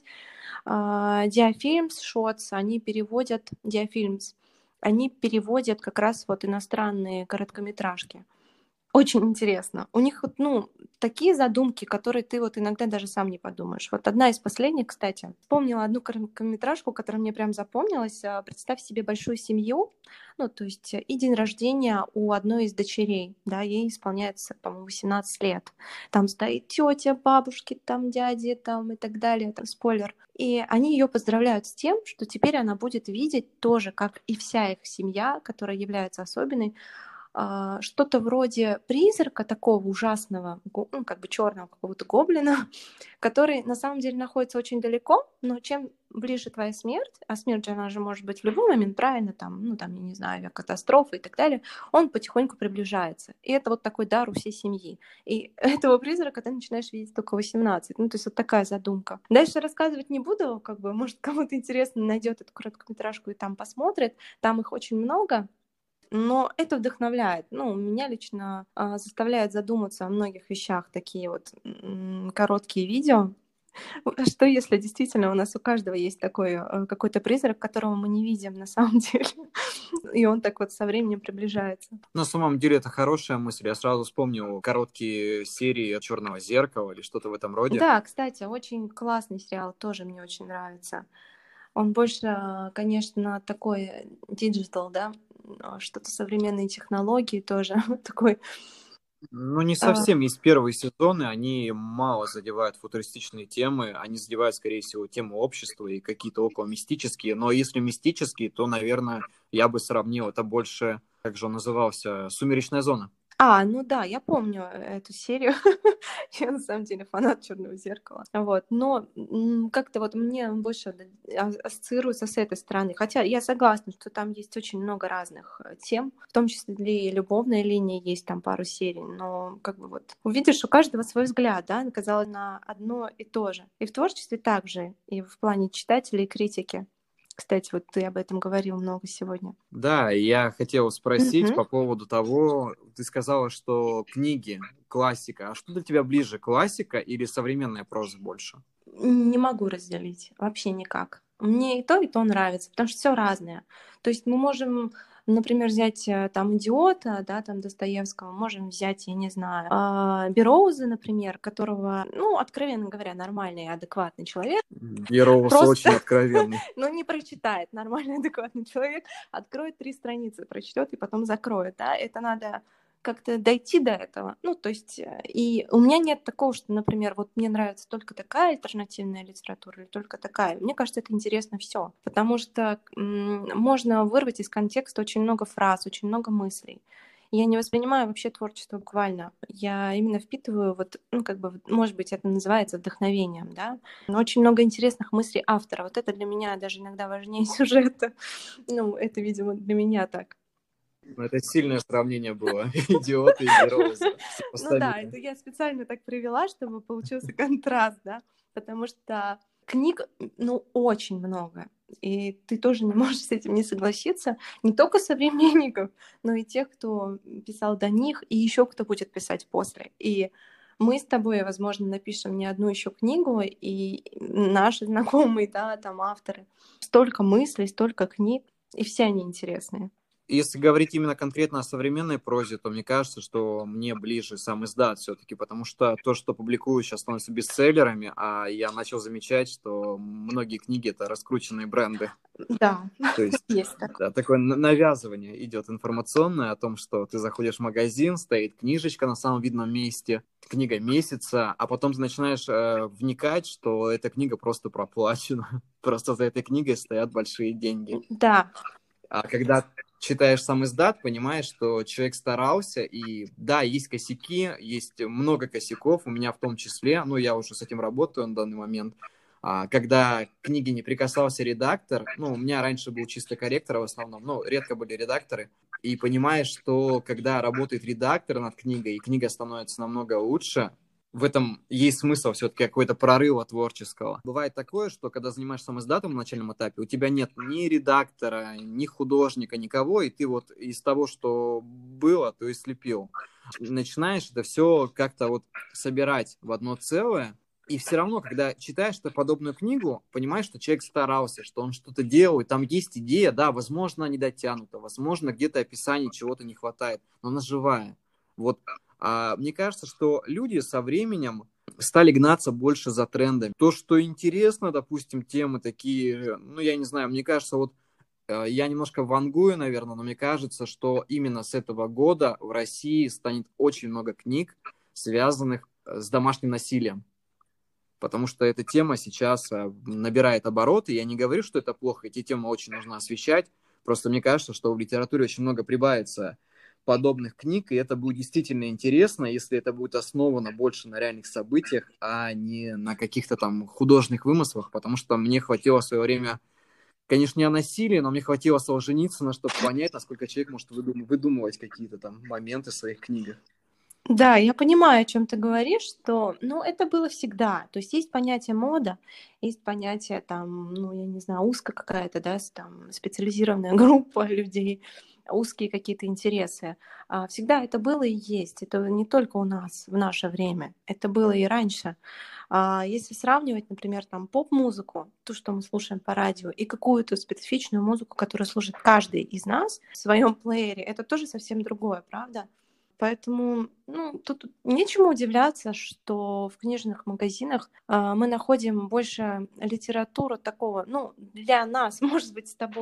Диафильмс, Шотс, они переводят как раз вот иностранные короткометражки. Очень интересно. У них вот, ну, такие задумки, которые ты вот иногда даже сам не подумаешь. Вот одна из последних, кстати, вспомнила одну короткометражку, которая мне прям запомнилась. Представь себе большую семью, ну, то есть и день рождения у одной из дочерей, да, ей исполняется, по-моему, 18 лет. Там стоит тетя, бабушки, там дяди, там и так далее, там спойлер. И они ее поздравляют с тем, что теперь она будет видеть тоже, как и вся их семья, которая является особенной, что-то вроде призрака такого ужасного, ну, как бы черного какого-то гоблина, который на самом деле находится очень далеко, но чем ближе твоя смерть, а смерть, она же может быть в любой момент, правильно, там, ну, там, я не знаю, катастрофа и так далее, он потихоньку приближается. И это вот такой дар у всей семьи. И этого призрака ты начинаешь видеть только 18. Ну, то есть вот такая задумка. Дальше рассказывать не буду, как бы, может, кому-то интересно, найдет эту короткометражку и там посмотрит. Там их очень много. Но это вдохновляет. Ну, меня лично заставляет задуматься о многих вещах, такие вот короткие видео. Что если действительно у нас у каждого есть такой какой-то призрак, которого мы не видим на самом деле, и он так вот со временем приближается. На самом деле это хорошая мысль. Я сразу вспомнил короткие серии «Черного зеркала» или что-то в этом роде. Да, кстати, очень классный сериал, тоже мне очень нравится. Он больше, конечно, такой диджитал, да, что-то современные технологии тоже такой. Ну, не А, совсем. Есть первые сезоны, они мало задевают футуристичные темы, они задевают, скорее всего, тему общества и какие-то около мистические. Но если мистические, то, наверное, я бы сравнил это больше, как же он назывался, «Сумеречная зона». ну да, я помню эту серию. Я на самом деле фанат Черного зеркала. Вот. Но как-то вот мне больше ассоциируется с этой стороны. Хотя я согласна, что там есть очень много разных тем, в том числе и любовная линия, есть там пару серий. Но как бы вот увидишь, у каждого свой взгляд, да, казалось, на одно и то же. И в творчестве также, и в плане читателей и критики. Кстати, вот ты об этом говорил много сегодня. Да, и я хотел спросить Мгм. по поводу того, ты сказала, что книги, классика. А что для тебя ближе, классика или современная проза больше? Не могу разделить, вообще никак. Мне и то нравится, потому что все разное. То есть мы можем, например, взять там «Идиота», да, там Достоевского, можем взять, я не знаю, Бероуза, например, которого, ну, откровенно говоря, нормальный и адекватный человек, Бероуз просто, очень откровенный. ну, не прочитает. Нормальный, адекватный человек откроет 3 страницы, прочтет и потом закроет, да. Это надо как-то дойти до этого. Ну, то есть, и у меня нет такого, что, например, вот мне нравится только такая альтернативная литература или только такая. Мне кажется, это интересно все, потому что можно вырвать из контекста очень много фраз, очень много мыслей. Я не воспринимаю вообще творчество буквально. Я именно впитываю вот, ну, как бы, может быть, это называется вдохновением, да. Но очень много интересных мыслей автора. Вот это для меня даже иногда важнее сюжета. Ну, это, видимо, для меня так. Это сильное сравнение было. Идиоты и Бероуза. Ну да, Сопоставимые. это я специально так привела, чтобы получился контраст, да, потому что книг, ну, очень много, и ты тоже не можешь с этим не согласиться, не только современников, но и тех, кто писал до них, и еще кто будет писать после. И мы с тобой, возможно, напишем не одну еще книгу, и наши знакомые, да, там авторы. Столько мыслей, столько книг, и все они интересные. Если говорить именно конкретно о современной прозе, то мне кажется, что мне ближе сам издат все-таки, потому что то, что публикую, сейчас становится бестселлерами, а я начал замечать, что многие книги — это раскрученные бренды. Да, То есть есть такое. да, такое навязывание идет информационное о том, что ты заходишь в магазин, стоит книжечка на самом видном месте, книга месяца, а потом ты начинаешь вникать, что эта книга просто проплачена. Просто за этой книгой стоят большие деньги. Да, А когда читаешь сам издат, понимаешь, что человек старался, и да, есть косяки, есть много косяков, у меня в том числе, ну, я уже с этим работаю на данный момент, когда к книге не прикасался редактор, ну, у меня раньше был чисто корректор в основном, ну, редко были редакторы, и понимаешь, что когда работает редактор над книгой, и книга становится намного лучше, в этом есть смысл все-таки какой-то прорыва творческого. Бывает такое, что когда занимаешься сам издатом на начальном этапе, у тебя нет ни редактора, ни художника, никого, и ты вот из того, что было, то и слепил. Начинаешь это все как-то вот собирать в одно целое, и все равно, когда читаешь эту подобную книгу, понимаешь, что человек старался, что он что-то делает, там есть идея, да, возможно, не дотянута, возможно, где-то описание чего-то не хватает, но она живая. Вот мне кажется, что люди со временем стали гнаться больше за трендами. То, что интересно, допустим, темы такие, ну, я не знаю, мне кажется, вот я немножко вангую, наверное, но мне кажется, что именно с этого года в России станет очень много книг, связанных с домашним насилием. Потому что эта тема сейчас набирает обороты. Я не говорю, что это плохо, эти темы очень нужно освещать. Просто мне кажется, что в литературе очень много прибавится подобных книг, и это будет действительно интересно, если это будет основано больше на реальных событиях, а не на каких-то там художественных вымыслах, потому что мне хватило в свое время, конечно, не о насилии, но мне хватило Солженицына, чтобы понять, насколько человек может выдумывать какие-то там моменты в своих книгах. да, я понимаю, о чем ты говоришь, что, ну, это было всегда. То есть есть понятие мода, есть понятие там, ну, я не знаю, узкая какая-то, да, там специализированная группа людей, узкие какие-то интересы. Всегда это было и есть. Это не только у нас в наше время, это было и раньше. Если сравнивать, например, там поп-музыку, то, что мы слушаем по радио, и какую-то специфичную музыку, которую слушает каждый из нас в своем плеере, это тоже совсем другое, правда? Поэтому, ну, тут нечему удивляться, что в книжных магазинах мы находим больше литературы такого, ну, для нас, может быть, с тобой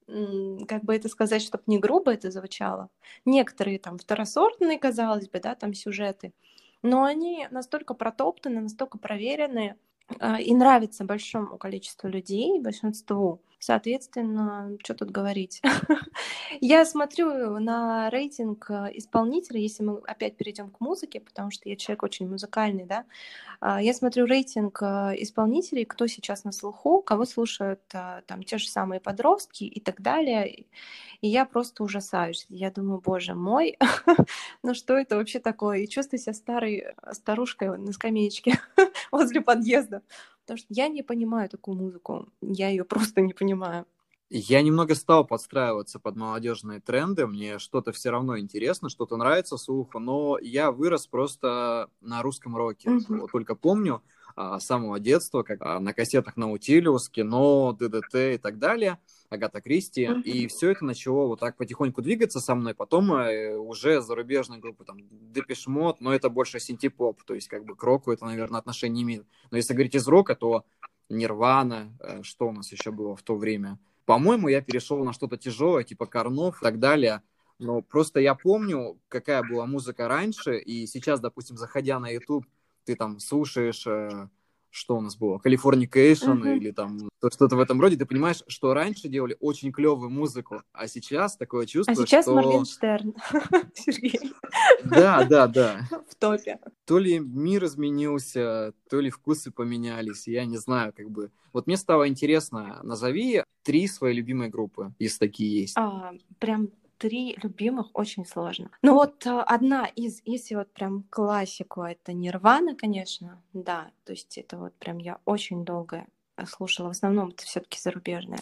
как бы это сказать, чтобы не грубо это звучало. Некоторые там второсортные, казалось бы, да, там сюжеты, но они настолько протоптаны, настолько проверенные, и нравится большому количеству людей, большинству. Соответственно, что тут говорить? Я смотрю на рейтинг исполнителей, если мы опять перейдем к музыке, потому что я человек очень музыкальный, да. Я смотрю рейтинг исполнителей, кто сейчас на слуху, кого слушают там те же самые подростки и так далее. И я просто ужасаюсь. Я думаю, боже мой, ну что это вообще такое? И чувствую себя старушкой на скамеечке возле подъезда. Потому что я не понимаю такую музыку. Я ее просто не понимаю. Я немного стал подстраиваться под молодежные тренды, мне что-то все равно интересно, что-то нравится слуху, но я вырос просто на русском роке. Вот только помню с самого детства, как на кассетах Наутилиус, Кино, ДДТ и так далее, Агата Кристи, и все это начало вот так потихоньку двигаться со мной, потом уже зарубежные группы, там, Депеш Мод, но это больше синти-поп, то есть как бы к року это, наверное, отношения не имеет. Но если говорить из рока, то Нирвана, что у нас еще было в то время? По-моему, я перешел на что-то тяжелое, типа Корнов и так далее. Но просто я помню, какая была музыка раньше, и сейчас, допустим, заходя на YouTube, ты там слушаешь, что у нас было, Californication или там что-то в этом роде, ты понимаешь, что раньше делали очень клевую музыку, а сейчас такое чувство, А сейчас что... Моргенштерн, Сергей. Да. В топе. То ли мир изменился, то ли вкусы поменялись, я не знаю, как бы. Вот мне стало интересно, назови 3 свои любимые группы, если такие есть. Прям 3 любимых очень сложно. Ну вот одна из, если вот прям классику, это Нирвана, конечно, да, то есть это вот прям я очень долго слушала, в основном это все-таки зарубежная.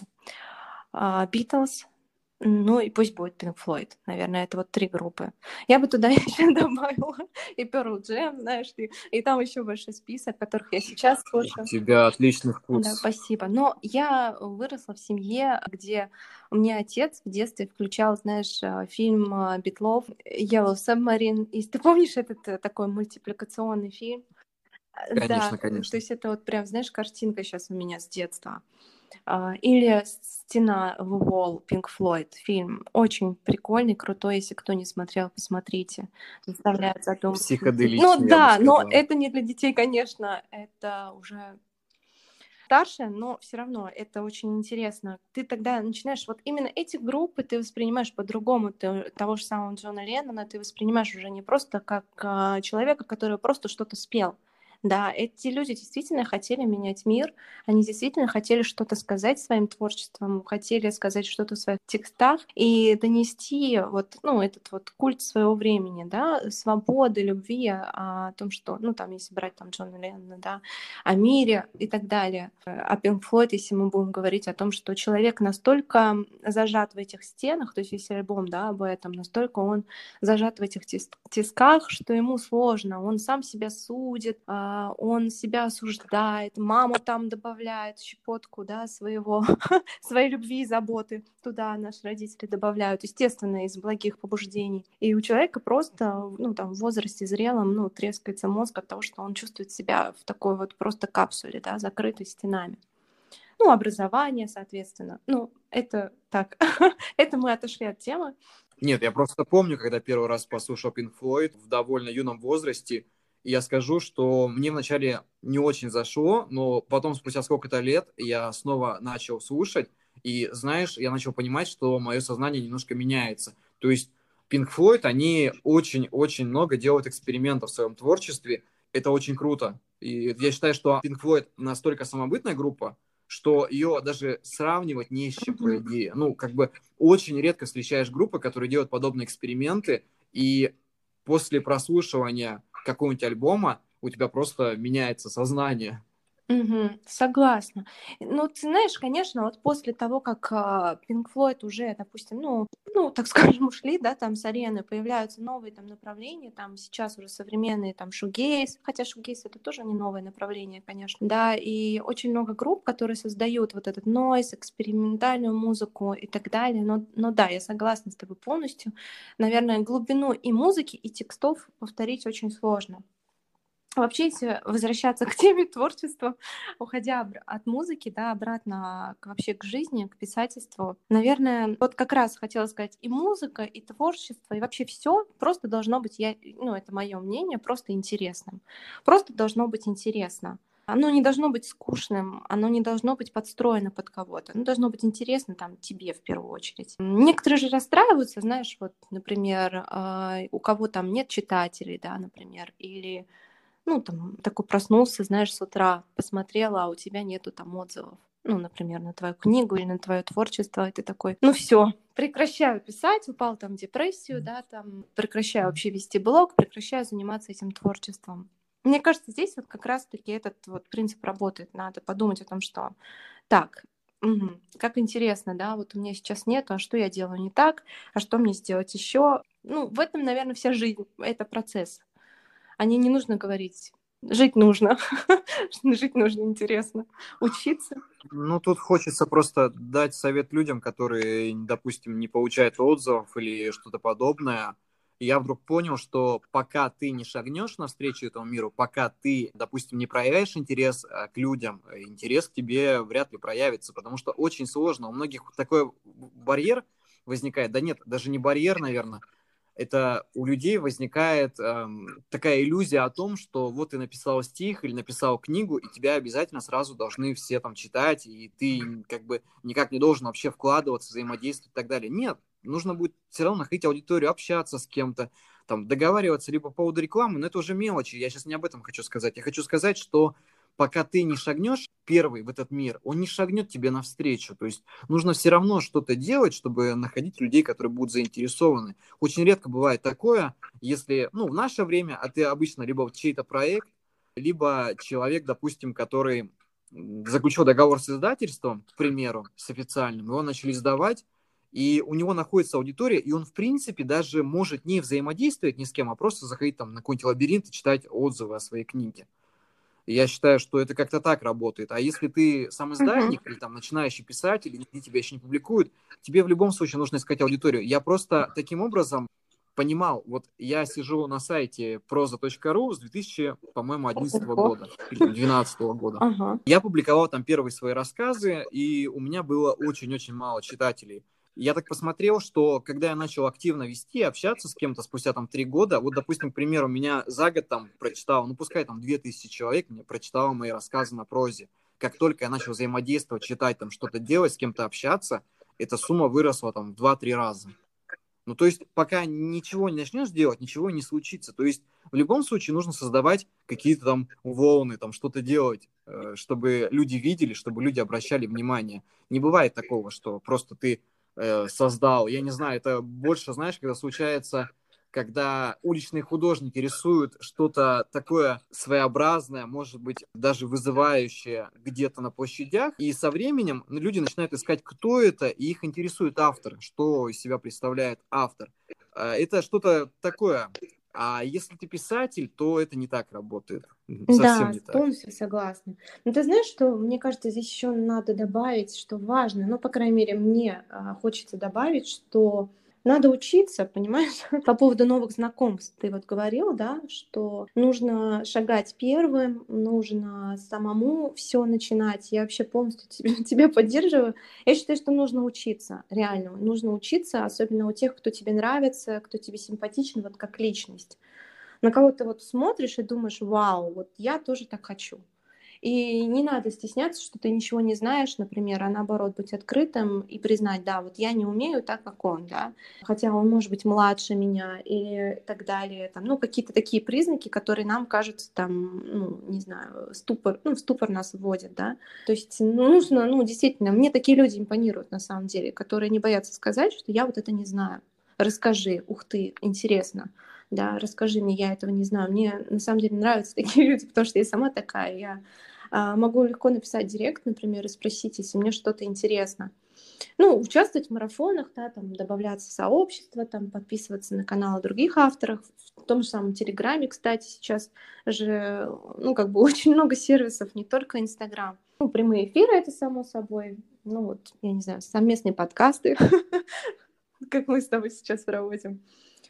Битлз, ну и пусть будет Pink Floyd, наверное, это вот 3 группы. Я бы туда еще добавила и Pearl Jam, знаешь, и там еще большой список, которых я сейчас слушаю. У тебя отличный вкус. Да, спасибо. Но я выросла в семье, где у меня отец в детстве включал, знаешь, фильм Битлов Yellow Submarine. И ты помнишь этот такой мультипликационный фильм? Конечно, Да, конечно. то есть это вот прям, знаешь, картинка сейчас у меня с детства. Или «Стена в Wall» Pink Floyd, фильм. Очень прикольный, крутой. Если кто не смотрел, посмотрите. Заставляет задуматься. Психоделичный, Ну я бы да, но сказал. это не для детей, конечно. Это уже старше, но все равно это очень интересно. Ты тогда начинаешь вот именно эти группы ты воспринимаешь по-другому. Ты, того же самого Джона Леннона ты воспринимаешь уже не просто как человека, который просто что-то спел. Да, эти люди действительно хотели менять мир, они действительно хотели что-то сказать своим творчеством, хотели сказать что-то в своих текстах и донести вот, ну, этот вот культ своего времени, да, свободы, любви, о том, что, ну, там, если брать там Джона Леннона, да, о мире и так далее. А Pink Floyd, если мы будем говорить о том, что человек настолько зажат в этих стенах, то есть если альбом, да, об этом, настолько он зажат в этих тисках, что ему сложно, он сам себя судит, он себя осуждает, маму там добавляет, щепотку, да, своей любви и заботы туда наши родители добавляют, естественно, из благих побуждений. И у человека просто, ну, там, в возрасте зрелом, ну, трескается мозг от того, что он чувствует себя в такой вот просто капсуле, да, закрытой стенами. Ну, образование, соответственно. Ну, это так. Это мы отошли от темы. Нет, я просто помню, когда первый раз послушал Pink Floyd в довольно юном возрасте, и я скажу, что мне вначале не очень зашло, но потом, спустя сколько-то лет, я снова начал слушать, и, знаешь, я начал понимать, что мое сознание немножко меняется. То есть Pink Floyd, они очень-очень много делают экспериментов в своем творчестве, это очень круто. И я считаю, что Pink Floyd настолько самобытная группа, что ее даже сравнивать не с чем, по идее. Ну, как бы очень редко встречаешь группы, которые делают подобные эксперименты, и после прослушивания какого-нибудь альбома у тебя просто меняется сознание. Согласна. Ну, ты знаешь, конечно, вот после того, как Pink Floyd уже, допустим, ну, так скажем, ушли, да, там с арены, появляются новые там направления, там сейчас уже современные там шугейс, хотя шугейс это тоже не новое направление, конечно, да, и очень много групп, которые создают вот этот нойз, экспериментальную музыку и так далее, но да, я согласна с тобой полностью. Наверное, глубину и музыки, и текстов повторить очень сложно. Вообще, если возвращаться к теме творчества, уходя от музыки, да, обратно вообще к жизни, к писательству, наверное, вот как раз хотела сказать, и музыка, и творчество, и вообще все просто должно быть, ну, это мое мнение, просто интересным. Просто должно быть интересно. Оно не должно быть скучным, оно не должно быть подстроено под кого-то. Оно должно быть интересно там тебе в первую очередь. Некоторые же расстраиваются, знаешь, вот, например, у кого там нет читателей, да, например, или ну, там, такой проснулся, знаешь, с утра, посмотрела, а у тебя нету там отзывов. Ну, например, на твою книгу или на твое творчество, и ты такой, ну все, прекращаю писать, упал там в депрессию, да, там, прекращаю вообще вести блог, прекращаю заниматься этим творчеством. Мне кажется, здесь вот как раз-таки этот вот принцип работает. Надо подумать о том, что так, как интересно, да, вот у меня сейчас нету, а что я делаю не так, а что мне сделать еще? Ну, в этом, наверное, вся жизнь, это процесс. О ней не нужно говорить. Жить нужно. Жить нужно интересно. Учиться. Ну, тут хочется просто дать совет людям, которые, допустим, не получают отзывов или что-то подобное. И я вдруг понял, что пока ты не шагнешь навстречу этому миру, пока ты, допустим, не проявляешь интерес к людям, интерес к тебе вряд ли проявится, потому что очень сложно. У многих такой барьер возникает. Да нет, даже не барьер, наверное, это у людей возникает такая иллюзия о том, что вот ты написал стих или написал книгу, и тебя обязательно сразу должны все там читать, и ты как бы никак не должен вообще вкладываться, взаимодействовать и так далее. Нет, нужно будет все равно находить аудиторию, общаться с кем-то, там, договариваться либо по поводу рекламы, но это уже мелочи, я сейчас не об этом хочу сказать. Я хочу сказать, что пока ты не шагнешь первый в этот мир, он не шагнет тебе навстречу. То есть нужно все равно что-то делать, чтобы находить людей, которые будут заинтересованы. Очень редко бывает такое, если, ну, в наше время, а ты обычно либо чей-то проект, либо человек, допустим, который заключил договор с издательством, к примеру, с официальным, его начали издавать, и у него находится аудитория, и он, в принципе, даже может не взаимодействовать ни с кем, а просто заходить там на какой-нибудь лабиринт и читать отзывы о своей книге. Я считаю, что это как-то так работает. А если ты сам Мгм. издатник или там начинающий писатель, и нигде тебя еще не публикуют, тебе в любом случае нужно искать аудиторию. Я просто таким образом понимал, вот я сижу на сайте proza.ru с 2000, по-моему, 11 Ого. года или там 12 года. Ага. Я публиковал там первые свои рассказы, и у меня было очень-очень мало читателей. Я так посмотрел, что когда я начал активно вести, общаться с кем-то спустя там 3 года, вот, допустим, к примеру, меня за год там прочитал, ну, пускай там 2000 человек мне прочитало мои рассказы на прозе. Как только я начал взаимодействовать, читать, там, что-то делать, с кем-то общаться, эта сумма выросла там в 2-3 раза. Ну, то есть, пока ничего не начнешь делать, ничего не случится. То есть, в любом случае нужно создавать какие-то там волны, там что-то делать, чтобы люди видели, чтобы люди обращали внимание. Не бывает такого, что просто ты создал. Я не знаю, это больше, знаешь, когда случается, когда уличные художники рисуют что-то такое своеобразное, может быть, даже вызывающее где-то на площадях, и со временем люди начинают искать, кто это, и их интересует автор, что из себя представляет автор. Это что-то такое. А если ты писатель, то это не так работает. Совсем Да, не так. полностью согласна. Но ты знаешь, что мне кажется, здесь еще надо добавить, что важно, ну, по крайней мере, мне хочется добавить, что надо учиться, понимаешь, по поводу новых знакомств. Ты вот говорил, да, что нужно шагать первым, нужно самому все начинать. Я вообще полностью тебя поддерживаю. Я считаю, что нужно учиться, реально. Нужно учиться, особенно у тех, кто тебе нравится, кто тебе симпатичен, вот как личность. На кого ты вот смотришь и думаешь: вау, вот я тоже так хочу. И не надо стесняться, что ты ничего не знаешь, например, а наоборот быть открытым и признать: да, вот я не умею так, как он, да, хотя он может быть младше меня или так далее, там, ну, какие-то такие признаки, которые нам кажутся там, ну, не знаю, ступор, ну, в ступор нас вводят, да. То есть нужно, ну, действительно, мне такие люди импонируют на самом деле, которые не боятся сказать, что я вот это не знаю. Расскажи, ух ты, интересно, да, расскажи мне, я этого не знаю. Мне на самом деле нравятся такие люди, потому что я сама такая. Я могу легко написать директ, например, и спросить, если мне что-то интересно. Ну, участвовать в марафонах, да, там, добавляться в сообщество, там, подписываться на каналы других авторов. В том же самом Телеграме, кстати, сейчас же, ну, как бы очень много сервисов, не только Инстаграм. Ну, прямые эфиры, это само собой. Ну, вот, я не знаю, совместные подкасты, как мы с тобой сейчас проводим.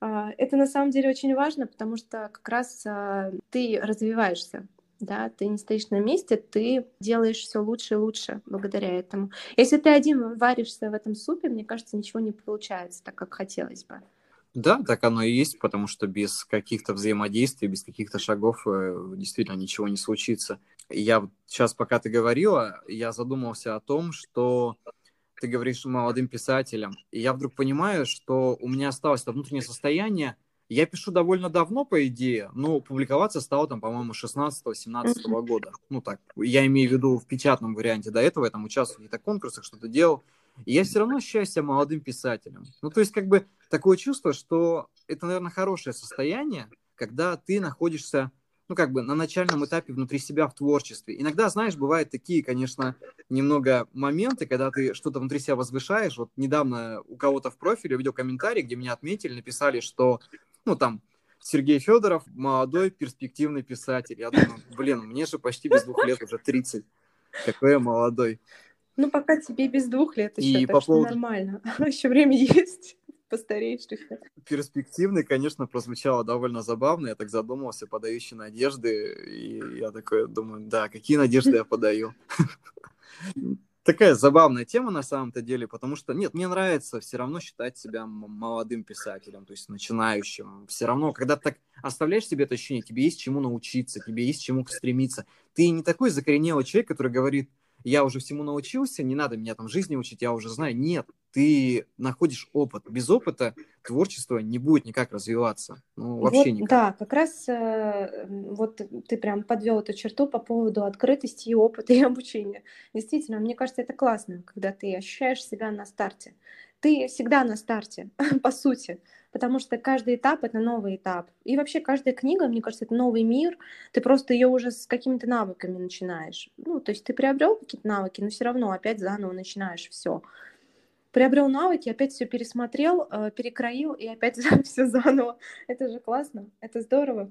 Это на самом деле очень важно, потому что как раз ты развиваешься, да, ты не стоишь на месте, ты делаешь все лучше и лучше благодаря этому. Если ты один варишься в этом супе, мне кажется, ничего не получается так, как хотелось бы. Да, так оно и есть, потому что без каких-то взаимодействий, без каких-то шагов действительно ничего не случится. Я сейчас, пока ты говорила, я задумался о том, что ты говоришь молодым писателям, и я вдруг понимаю, что у меня осталось это внутреннее состояние. Я пишу довольно давно, по идее, но публиковаться стало там, по-моему, 16-17 Мгм. года. Ну так, я имею в виду в печатном варианте. До этого я там участвовал в каких-то конкурсах, что-то делал. И я все равно ощущаю себя молодым писателем. Ну, то есть, как бы, такое чувство, что это, наверное, хорошее состояние, когда ты находишься, ну, как бы, на начальном этапе внутри себя в творчестве. Иногда, знаешь, бывают такие, конечно, немного моменты, когда ты что-то внутри себя возвышаешь. Вот недавно у кого-то в профиле увидел комментарий, где меня отметили, написали, что, ну, там, Сергей Федоров молодой перспективный писатель. Я думаю, блин, мне же почти без 2 лет, уже 30. Какой я молодой. Ну, пока тебе без 2 лет еще, И так по что поводу нормально. Еще время есть, постареешь еще. перспективный, конечно, прозвучало довольно забавно. Я так задумался, подающий надежды. И я такой думаю, да, какие надежды я подаю. Такая забавная тема на самом-то деле, потому что, нет, мне нравится все равно считать себя молодым писателем, то есть начинающим. Все равно, когда ты так оставляешь себе это ощущение, тебе есть чему научиться, тебе есть чему стремиться. Ты не такой закоренелый человек, который говорит, я уже всему научился, не надо меня там жизни учить, я уже знаю. Нет, ты находишь опыт. Без опыта творчество не будет никак развиваться. Ну, вообще Вот, никак. да, как раз вот ты прям подвел эту черту по поводу открытости и опыта и обучения. Действительно, мне кажется, это классно, когда ты ощущаешь себя на старте. Ты всегда на старте, по сути, потому что каждый этап — это новый этап. И вообще каждая книга, мне кажется, это новый мир. Ты просто ее уже с какими-то навыками начинаешь. Ну, то есть ты приобрел какие-то навыки, но все равно опять заново начинаешь все. Приобрел навыки, опять все пересмотрел, перекроил и опять все заново. Это же классно, это здорово.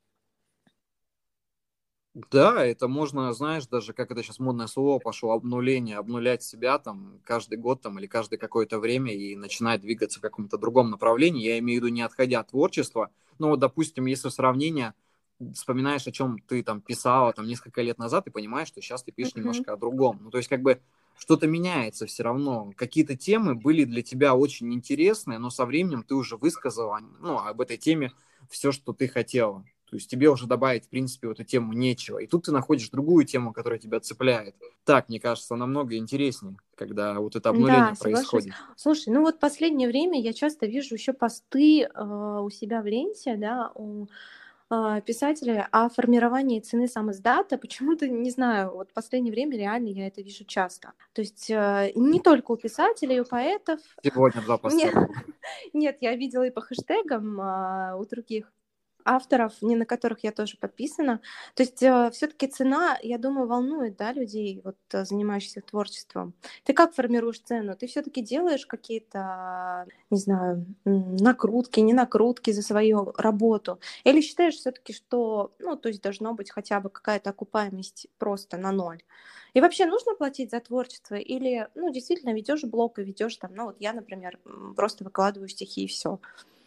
Да, это можно, знаешь, даже как это сейчас модное слово пошло, обнуление, обнулять себя там каждый год там или каждое какое-то время и начинать двигаться в каком-то другом направлении. Я имею в виду не отходя от творчества, но вот, допустим, если сравнение, вспоминаешь, о чем ты там писала там несколько лет назад, и понимаешь, что сейчас ты пишешь Мгм. немножко о другом. Ну, то есть как бы что-то меняется все равно. Какие-то темы были для тебя очень интересные, но со временем ты уже высказала, ну, об этой теме все, что ты хотела. То есть тебе уже добавить, в принципе, в эту тему нечего. И тут ты находишь другую тему, которая тебя цепляет. Так, мне кажется, намного интереснее, когда вот это Да, обнуление соглашусь. происходит. Слушай, ну вот последнее время я часто вижу еще посты у себя в ленте, да, у писателя о формировании цены сам-издата. Почему-то, не знаю, вот в последнее время реально я это вижу часто. То есть не только у писателей, у поэтов. Сегодня два Мне... поста было. Нет, я видела и по хэштегам у других авторов, не на которых я тоже подписана. То есть все-таки цена, я думаю, волнует, да, людей, вот занимающихся творчеством. Ты как формируешь цену? Ты все-таки делаешь какие-то, не знаю, накрутки, не накрутки за свою работу? Или считаешь все-таки, что, ну, то есть должно быть хотя бы какая-то окупаемость просто на ноль? И вообще нужно платить за творчество? Или, ну, действительно, ведешь блог и ведешь там, ну, вот я, например, просто выкладываю стихи и все.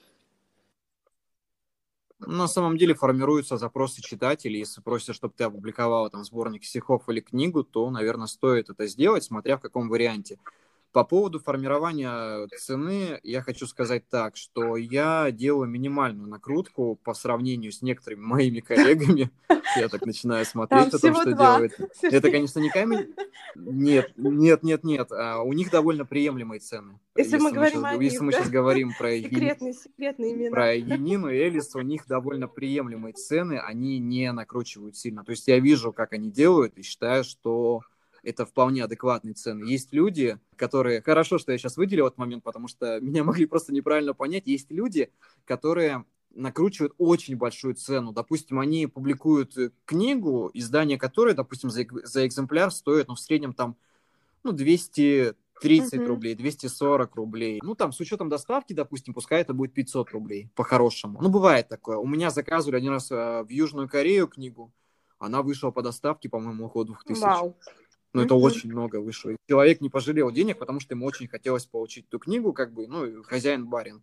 На самом деле формируются запросы читателей. Если просят, чтобы ты опубликовала там сборник стихов или книгу, то, наверное, стоит это сделать, смотря в каком варианте. По поводу формирования цены я хочу сказать так, что я делаю минимальную накрутку по сравнению с некоторыми моими коллегами. Я так начинаю Там смотреть о том, всего что два, делают. Это, Сергей. конечно, не камень. Нет, нет, нет, нет. У них довольно приемлемые цены. Если мы говорим о Если них, мы да? сейчас говорим Секретные имена. про Енину и Элис, у них довольно приемлемые цены, они не накручивают сильно. То есть я вижу, как они делают, и считаю, что это вполне адекватные цены. Есть люди, которые... Хорошо, что я сейчас выделил этот момент, потому что меня могли просто неправильно понять. Есть люди, которые накручивают очень большую цену. Допустим, они публикуют книгу, издание которой, допустим, за экземпляр стоит, ну, в среднем там, ну, 230 Мгм. рублей, 240 рублей. Ну, там, с учетом доставки, допустим, пускай это будет 500 рублей, по-хорошему. Ну, бывает такое. У меня заказывали один раз в Южную Корею книгу. Она вышла по доставке, по-моему, около 2000. Вау. Ну, это Мгм. очень много вышло. И человек не пожалел денег, потому что ему очень хотелось получить эту книгу, как бы, ну, хозяин барин.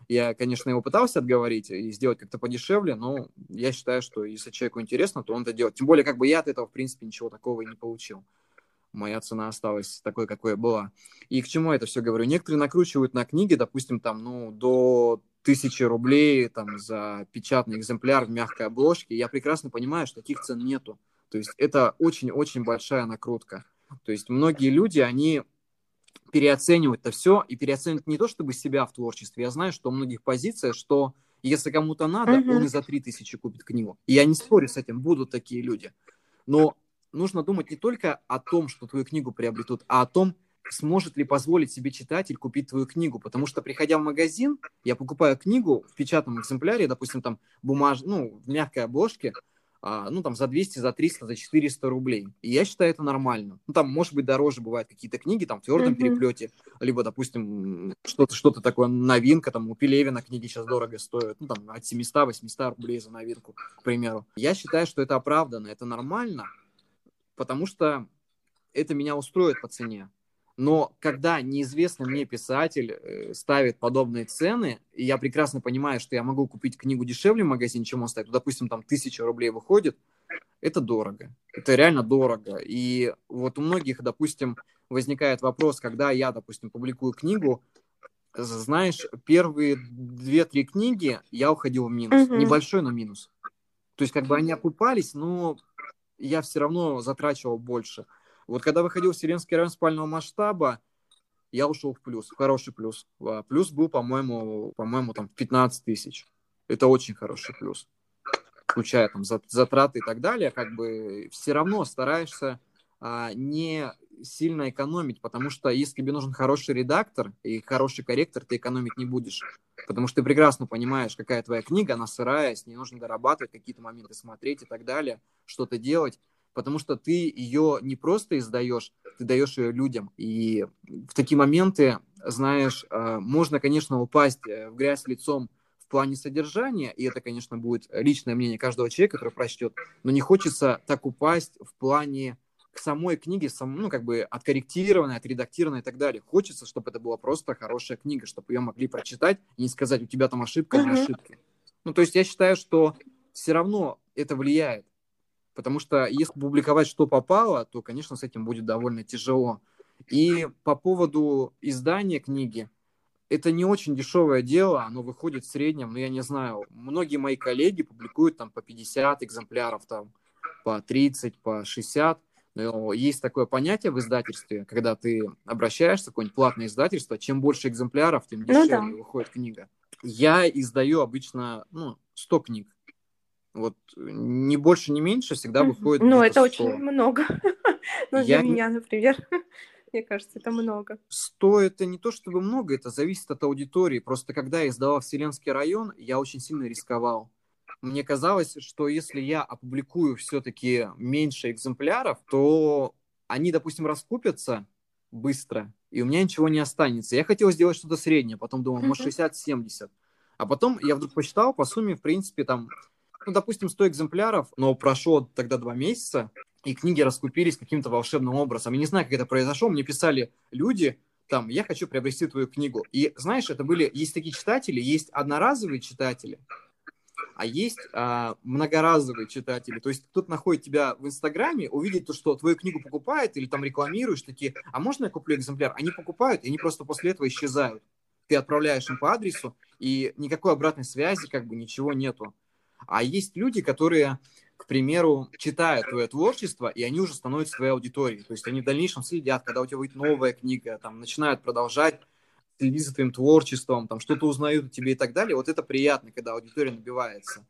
Я, конечно, его пытался отговорить и сделать как-то подешевле, но я считаю, что если человеку интересно, то он это делает. Тем более, как бы я от этого, в принципе, ничего такого и не получил. Моя цена осталась такой, какой была. И к чему я это все говорю? Некоторые накручивают на книги, допустим, там, ну, до 1000 рублей там, за печатный экземпляр в мягкой обложке. Я прекрасно понимаю, что таких цен нету. То есть это очень-очень большая накрутка. То есть многие люди, они переоценивают это все и переоценивают не то чтобы себя в творчестве. Я знаю, что у многих позиция, что если кому-то надо, он Мгм. и за 3000 купит книгу. И я не спорю с этим, будут такие люди. Но нужно думать не только о том, что твою книгу приобретут, а о том, сможет ли позволить себе читатель купить твою книгу. Потому что, приходя в магазин, я покупаю книгу в печатном экземпляре, допустим, там в мягкой обложке, ну, там, за 200, за 300, за 400 рублей. И я считаю это нормально. Ну, там, может быть, дороже бывают какие-то книги, там, в твердом Мгм. переплете, либо, допустим, что-то такое, новинка, там, у Пелевина книги сейчас дорого стоят, ну, там, от 700-800 рублей за новинку, к примеру. Я считаю, что это оправданно, это нормально, потому что это меня устроит по цене. Но когда неизвестный мне писатель ставит подобные цены, и я прекрасно понимаю, что я могу купить книгу дешевле в магазине, чем он ставит, то, допустим, там 1000 рублей выходит, это дорого. Это реально дорого. И вот у многих, допустим, возникает вопрос, когда я, допустим, публикую книгу, знаешь, первые 2-3 книги я уходил в минус. Мгм. Небольшой, но минус. То есть как бы они окупались, но я все равно затрачивал больше. Вот когда выходил «Вселенский район спального масштаба», я ушел в плюс, в хороший плюс. Плюс был, по-моему, там 15 тысяч. Это очень хороший плюс, включая там затраты и так далее. Как бы все равно стараешься не сильно экономить, потому что если тебе нужен хороший редактор и хороший корректор, ты экономить не будешь. Потому что ты прекрасно понимаешь, какая твоя книга, она сырая, с ней нужно дорабатывать какие-то моменты, смотреть и так далее, что-то делать, потому что ты ее не просто издаешь, ты даешь ее людям. И в такие моменты, знаешь, можно, конечно, упасть в грязь лицом в плане содержания, и это, конечно, будет личное мнение каждого человека, который прочтет, но не хочется так упасть в плане к самой книге, ну, как бы откорректированной, отредактированной и так далее. Хочется, чтобы это была просто хорошая книга, чтобы ее могли прочитать и не сказать, у тебя там ошибка на Мгм. ошибке. Ну, то есть я считаю, что все равно это влияет, потому что если публиковать что попало, то, конечно, с этим будет довольно тяжело. И по поводу издания книги, это не очень дешевое дело, оно выходит в среднем, ну, я не знаю, многие мои коллеги публикуют там по 50 экземпляров, там, по 30, по 60. Но есть такое понятие в издательстве, когда ты обращаешься в какое-нибудь платное издательство, чем больше экземпляров, тем Ну да. дешевле выходит книга. Я издаю обычно, ну, 100 книг. Вот ни больше, ни меньше всегда Мгм. выходит Ну, где-то это очень 100. много. Ну, для Я меня, например, мне кажется, это много. 100 это не то чтобы много, это зависит от аудитории. Просто когда я издавал «Вселенский район», я очень сильно рисковал. Мне казалось, что если я опубликую все-таки меньше экземпляров, то они, допустим, раскупятся быстро, и у меня ничего не останется. Я хотел сделать что-то среднее, потом думал, может, Мгм. 60-70. А потом я вдруг посчитал, по сумме, в принципе, там, ну, допустим, 100 экземпляров, но прошло тогда 2 месяца, и книги раскупились каким-то волшебным образом. Я не знаю, как это произошло. Мне писали люди, там, я хочу приобрести твою книгу. И знаешь, есть такие читатели, есть одноразовые читатели, а есть многоразовые читатели. То есть кто-то находит тебя в Инстаграме, увидит то, что твою книгу покупает или там рекламируешь, такие, а можно я куплю экземпляр? Они покупают, и они просто после этого исчезают. Ты отправляешь им по адресу, и никакой обратной связи, как бы ничего нету. А есть люди, которые, к примеру, читают твое творчество, и они уже становятся твоей аудиторией. То есть они в дальнейшем следят, когда у тебя выйдет новая книга, там, начинают продолжать следить за твоим творчеством, там, что-то узнают о тебе и так далее. Вот это приятно, когда аудитория набивается.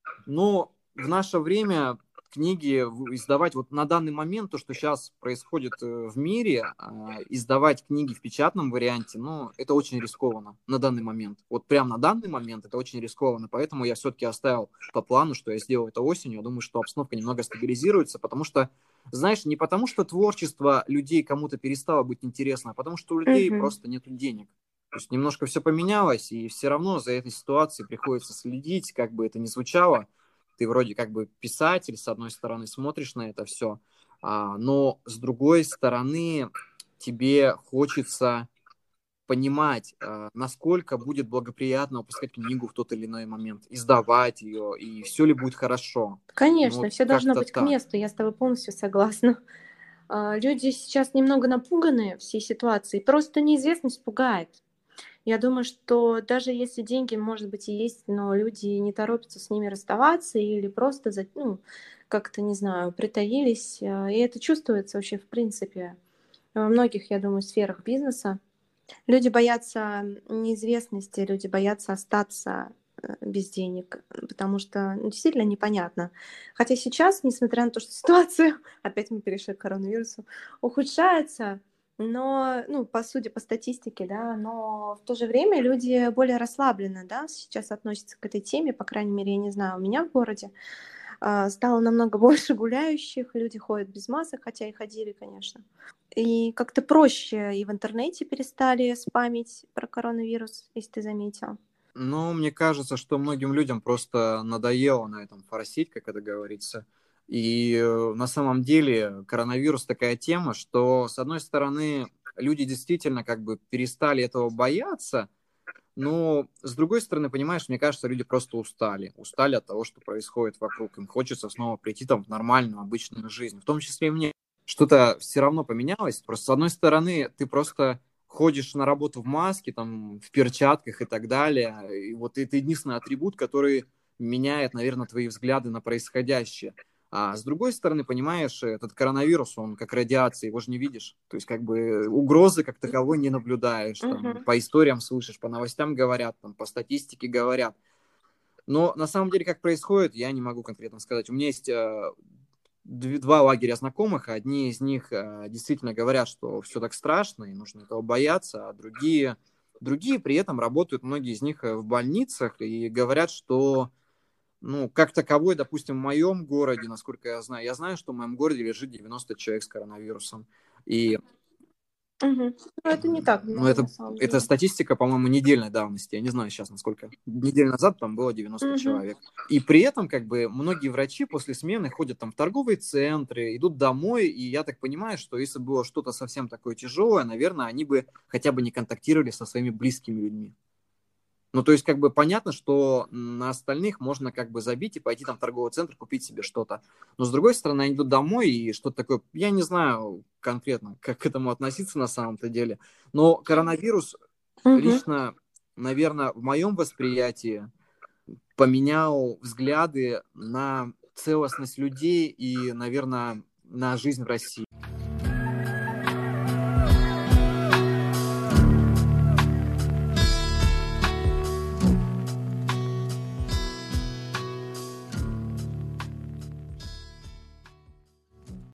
Но в наше время книги издавать, вот на данный момент, то, что сейчас происходит в мире, издавать книги в печатном варианте, ну, это очень рискованно на данный момент. Вот прям на данный момент это очень рискованно, поэтому я все-таки оставил по плану, что я сделаю это осенью. Я думаю, что обстановка немного стабилизируется, потому что, знаешь, не потому что творчество людей кому-то перестало быть интересно, а потому что у людей Мгм. просто нет денег. То есть немножко все поменялось, и все равно за этой ситуацией приходится следить, как бы это ни звучало. Ты вроде как бы писатель, с одной стороны, смотришь на это все, но с другой стороны тебе хочется понимать, насколько будет благоприятно выпускать книгу в тот или иной момент, издавать ее, и все ли будет хорошо. Ну, Конечно, вот все должно как-то быть к так. месту, я с тобой полностью согласна. Люди сейчас немного напуганы всей ситуацией, просто неизвестность пугает. Я думаю, что даже если деньги, может быть, и есть, но люди не торопятся с ними расставаться или просто, ну, как-то, не знаю, притаились. И это чувствуется вообще, в принципе, во многих, я думаю, сферах бизнеса. Люди боятся неизвестности, люди боятся остаться без денег, потому что действительно непонятно. Хотя сейчас, несмотря на то, что ситуация, опять мы перешли к коронавирусу, ухудшается, но, ну, по сути, по статистике, да, но в то же время люди более расслабленно, да, сейчас относятся к этой теме, по крайней мере, я не знаю, у меня в городе стало намного больше гуляющих, люди ходят без масок, хотя и ходили, конечно. И как-то проще и в интернете перестали спамить про коронавирус, если ты заметил. Но мне кажется, что многим людям просто надоело на этом форсить, как это говорится. И на самом деле коронавирус такая тема, что, с одной стороны, люди действительно как бы перестали этого бояться, но, с другой стороны, понимаешь, мне кажется, люди просто устали. Устали от того, что происходит вокруг. Им хочется снова прийти там в нормальную, обычную жизнь. В том числе и мне. Что-то все равно поменялось. Просто, с одной стороны, ты просто ходишь на работу в маске, там, в перчатках и так далее. И вот это единственный атрибут, который меняет, наверное, твои взгляды на происходящее. А с другой стороны, понимаешь, этот коронавирус, он как радиация, его же не видишь. То есть как бы угрозы как таковой не наблюдаешь. Там, Мгм. по историям слышишь, по новостям говорят, там, по статистике говорят. Но на самом деле, как происходит, я не могу конкретно сказать. У меня есть два лагеря знакомых. Одни из них действительно говорят, что все так страшно и нужно этого бояться, а другие при этом работают, многие из них в больницах и говорят, что ну, как таковой, допустим, в моем городе, насколько я знаю, что в моем городе лежит 90 человек с коронавирусом. И Мгм. Ну, это не так ну, много на самом это деле. статистика, по-моему, недельной давности. Я не знаю сейчас, насколько. Неделю назад там было 90 Мгм. человек. И при этом, как бы, многие врачи после смены ходят там в торговые центры, идут домой, и я так понимаю, что если было что-то совсем такое тяжелое, наверное, они бы хотя бы не контактировали со своими близкими людьми. Ну, то есть, как бы понятно, что на остальных можно как бы забить и пойти там в торговый центр, купить себе что-то. Но, с другой стороны, они идут домой и что-то такое, я не знаю конкретно, как к этому относиться на самом-то деле. Но коронавирус Мгм. лично, наверное, в моем восприятии поменял взгляды на целостность людей и, наверное, на жизнь в России.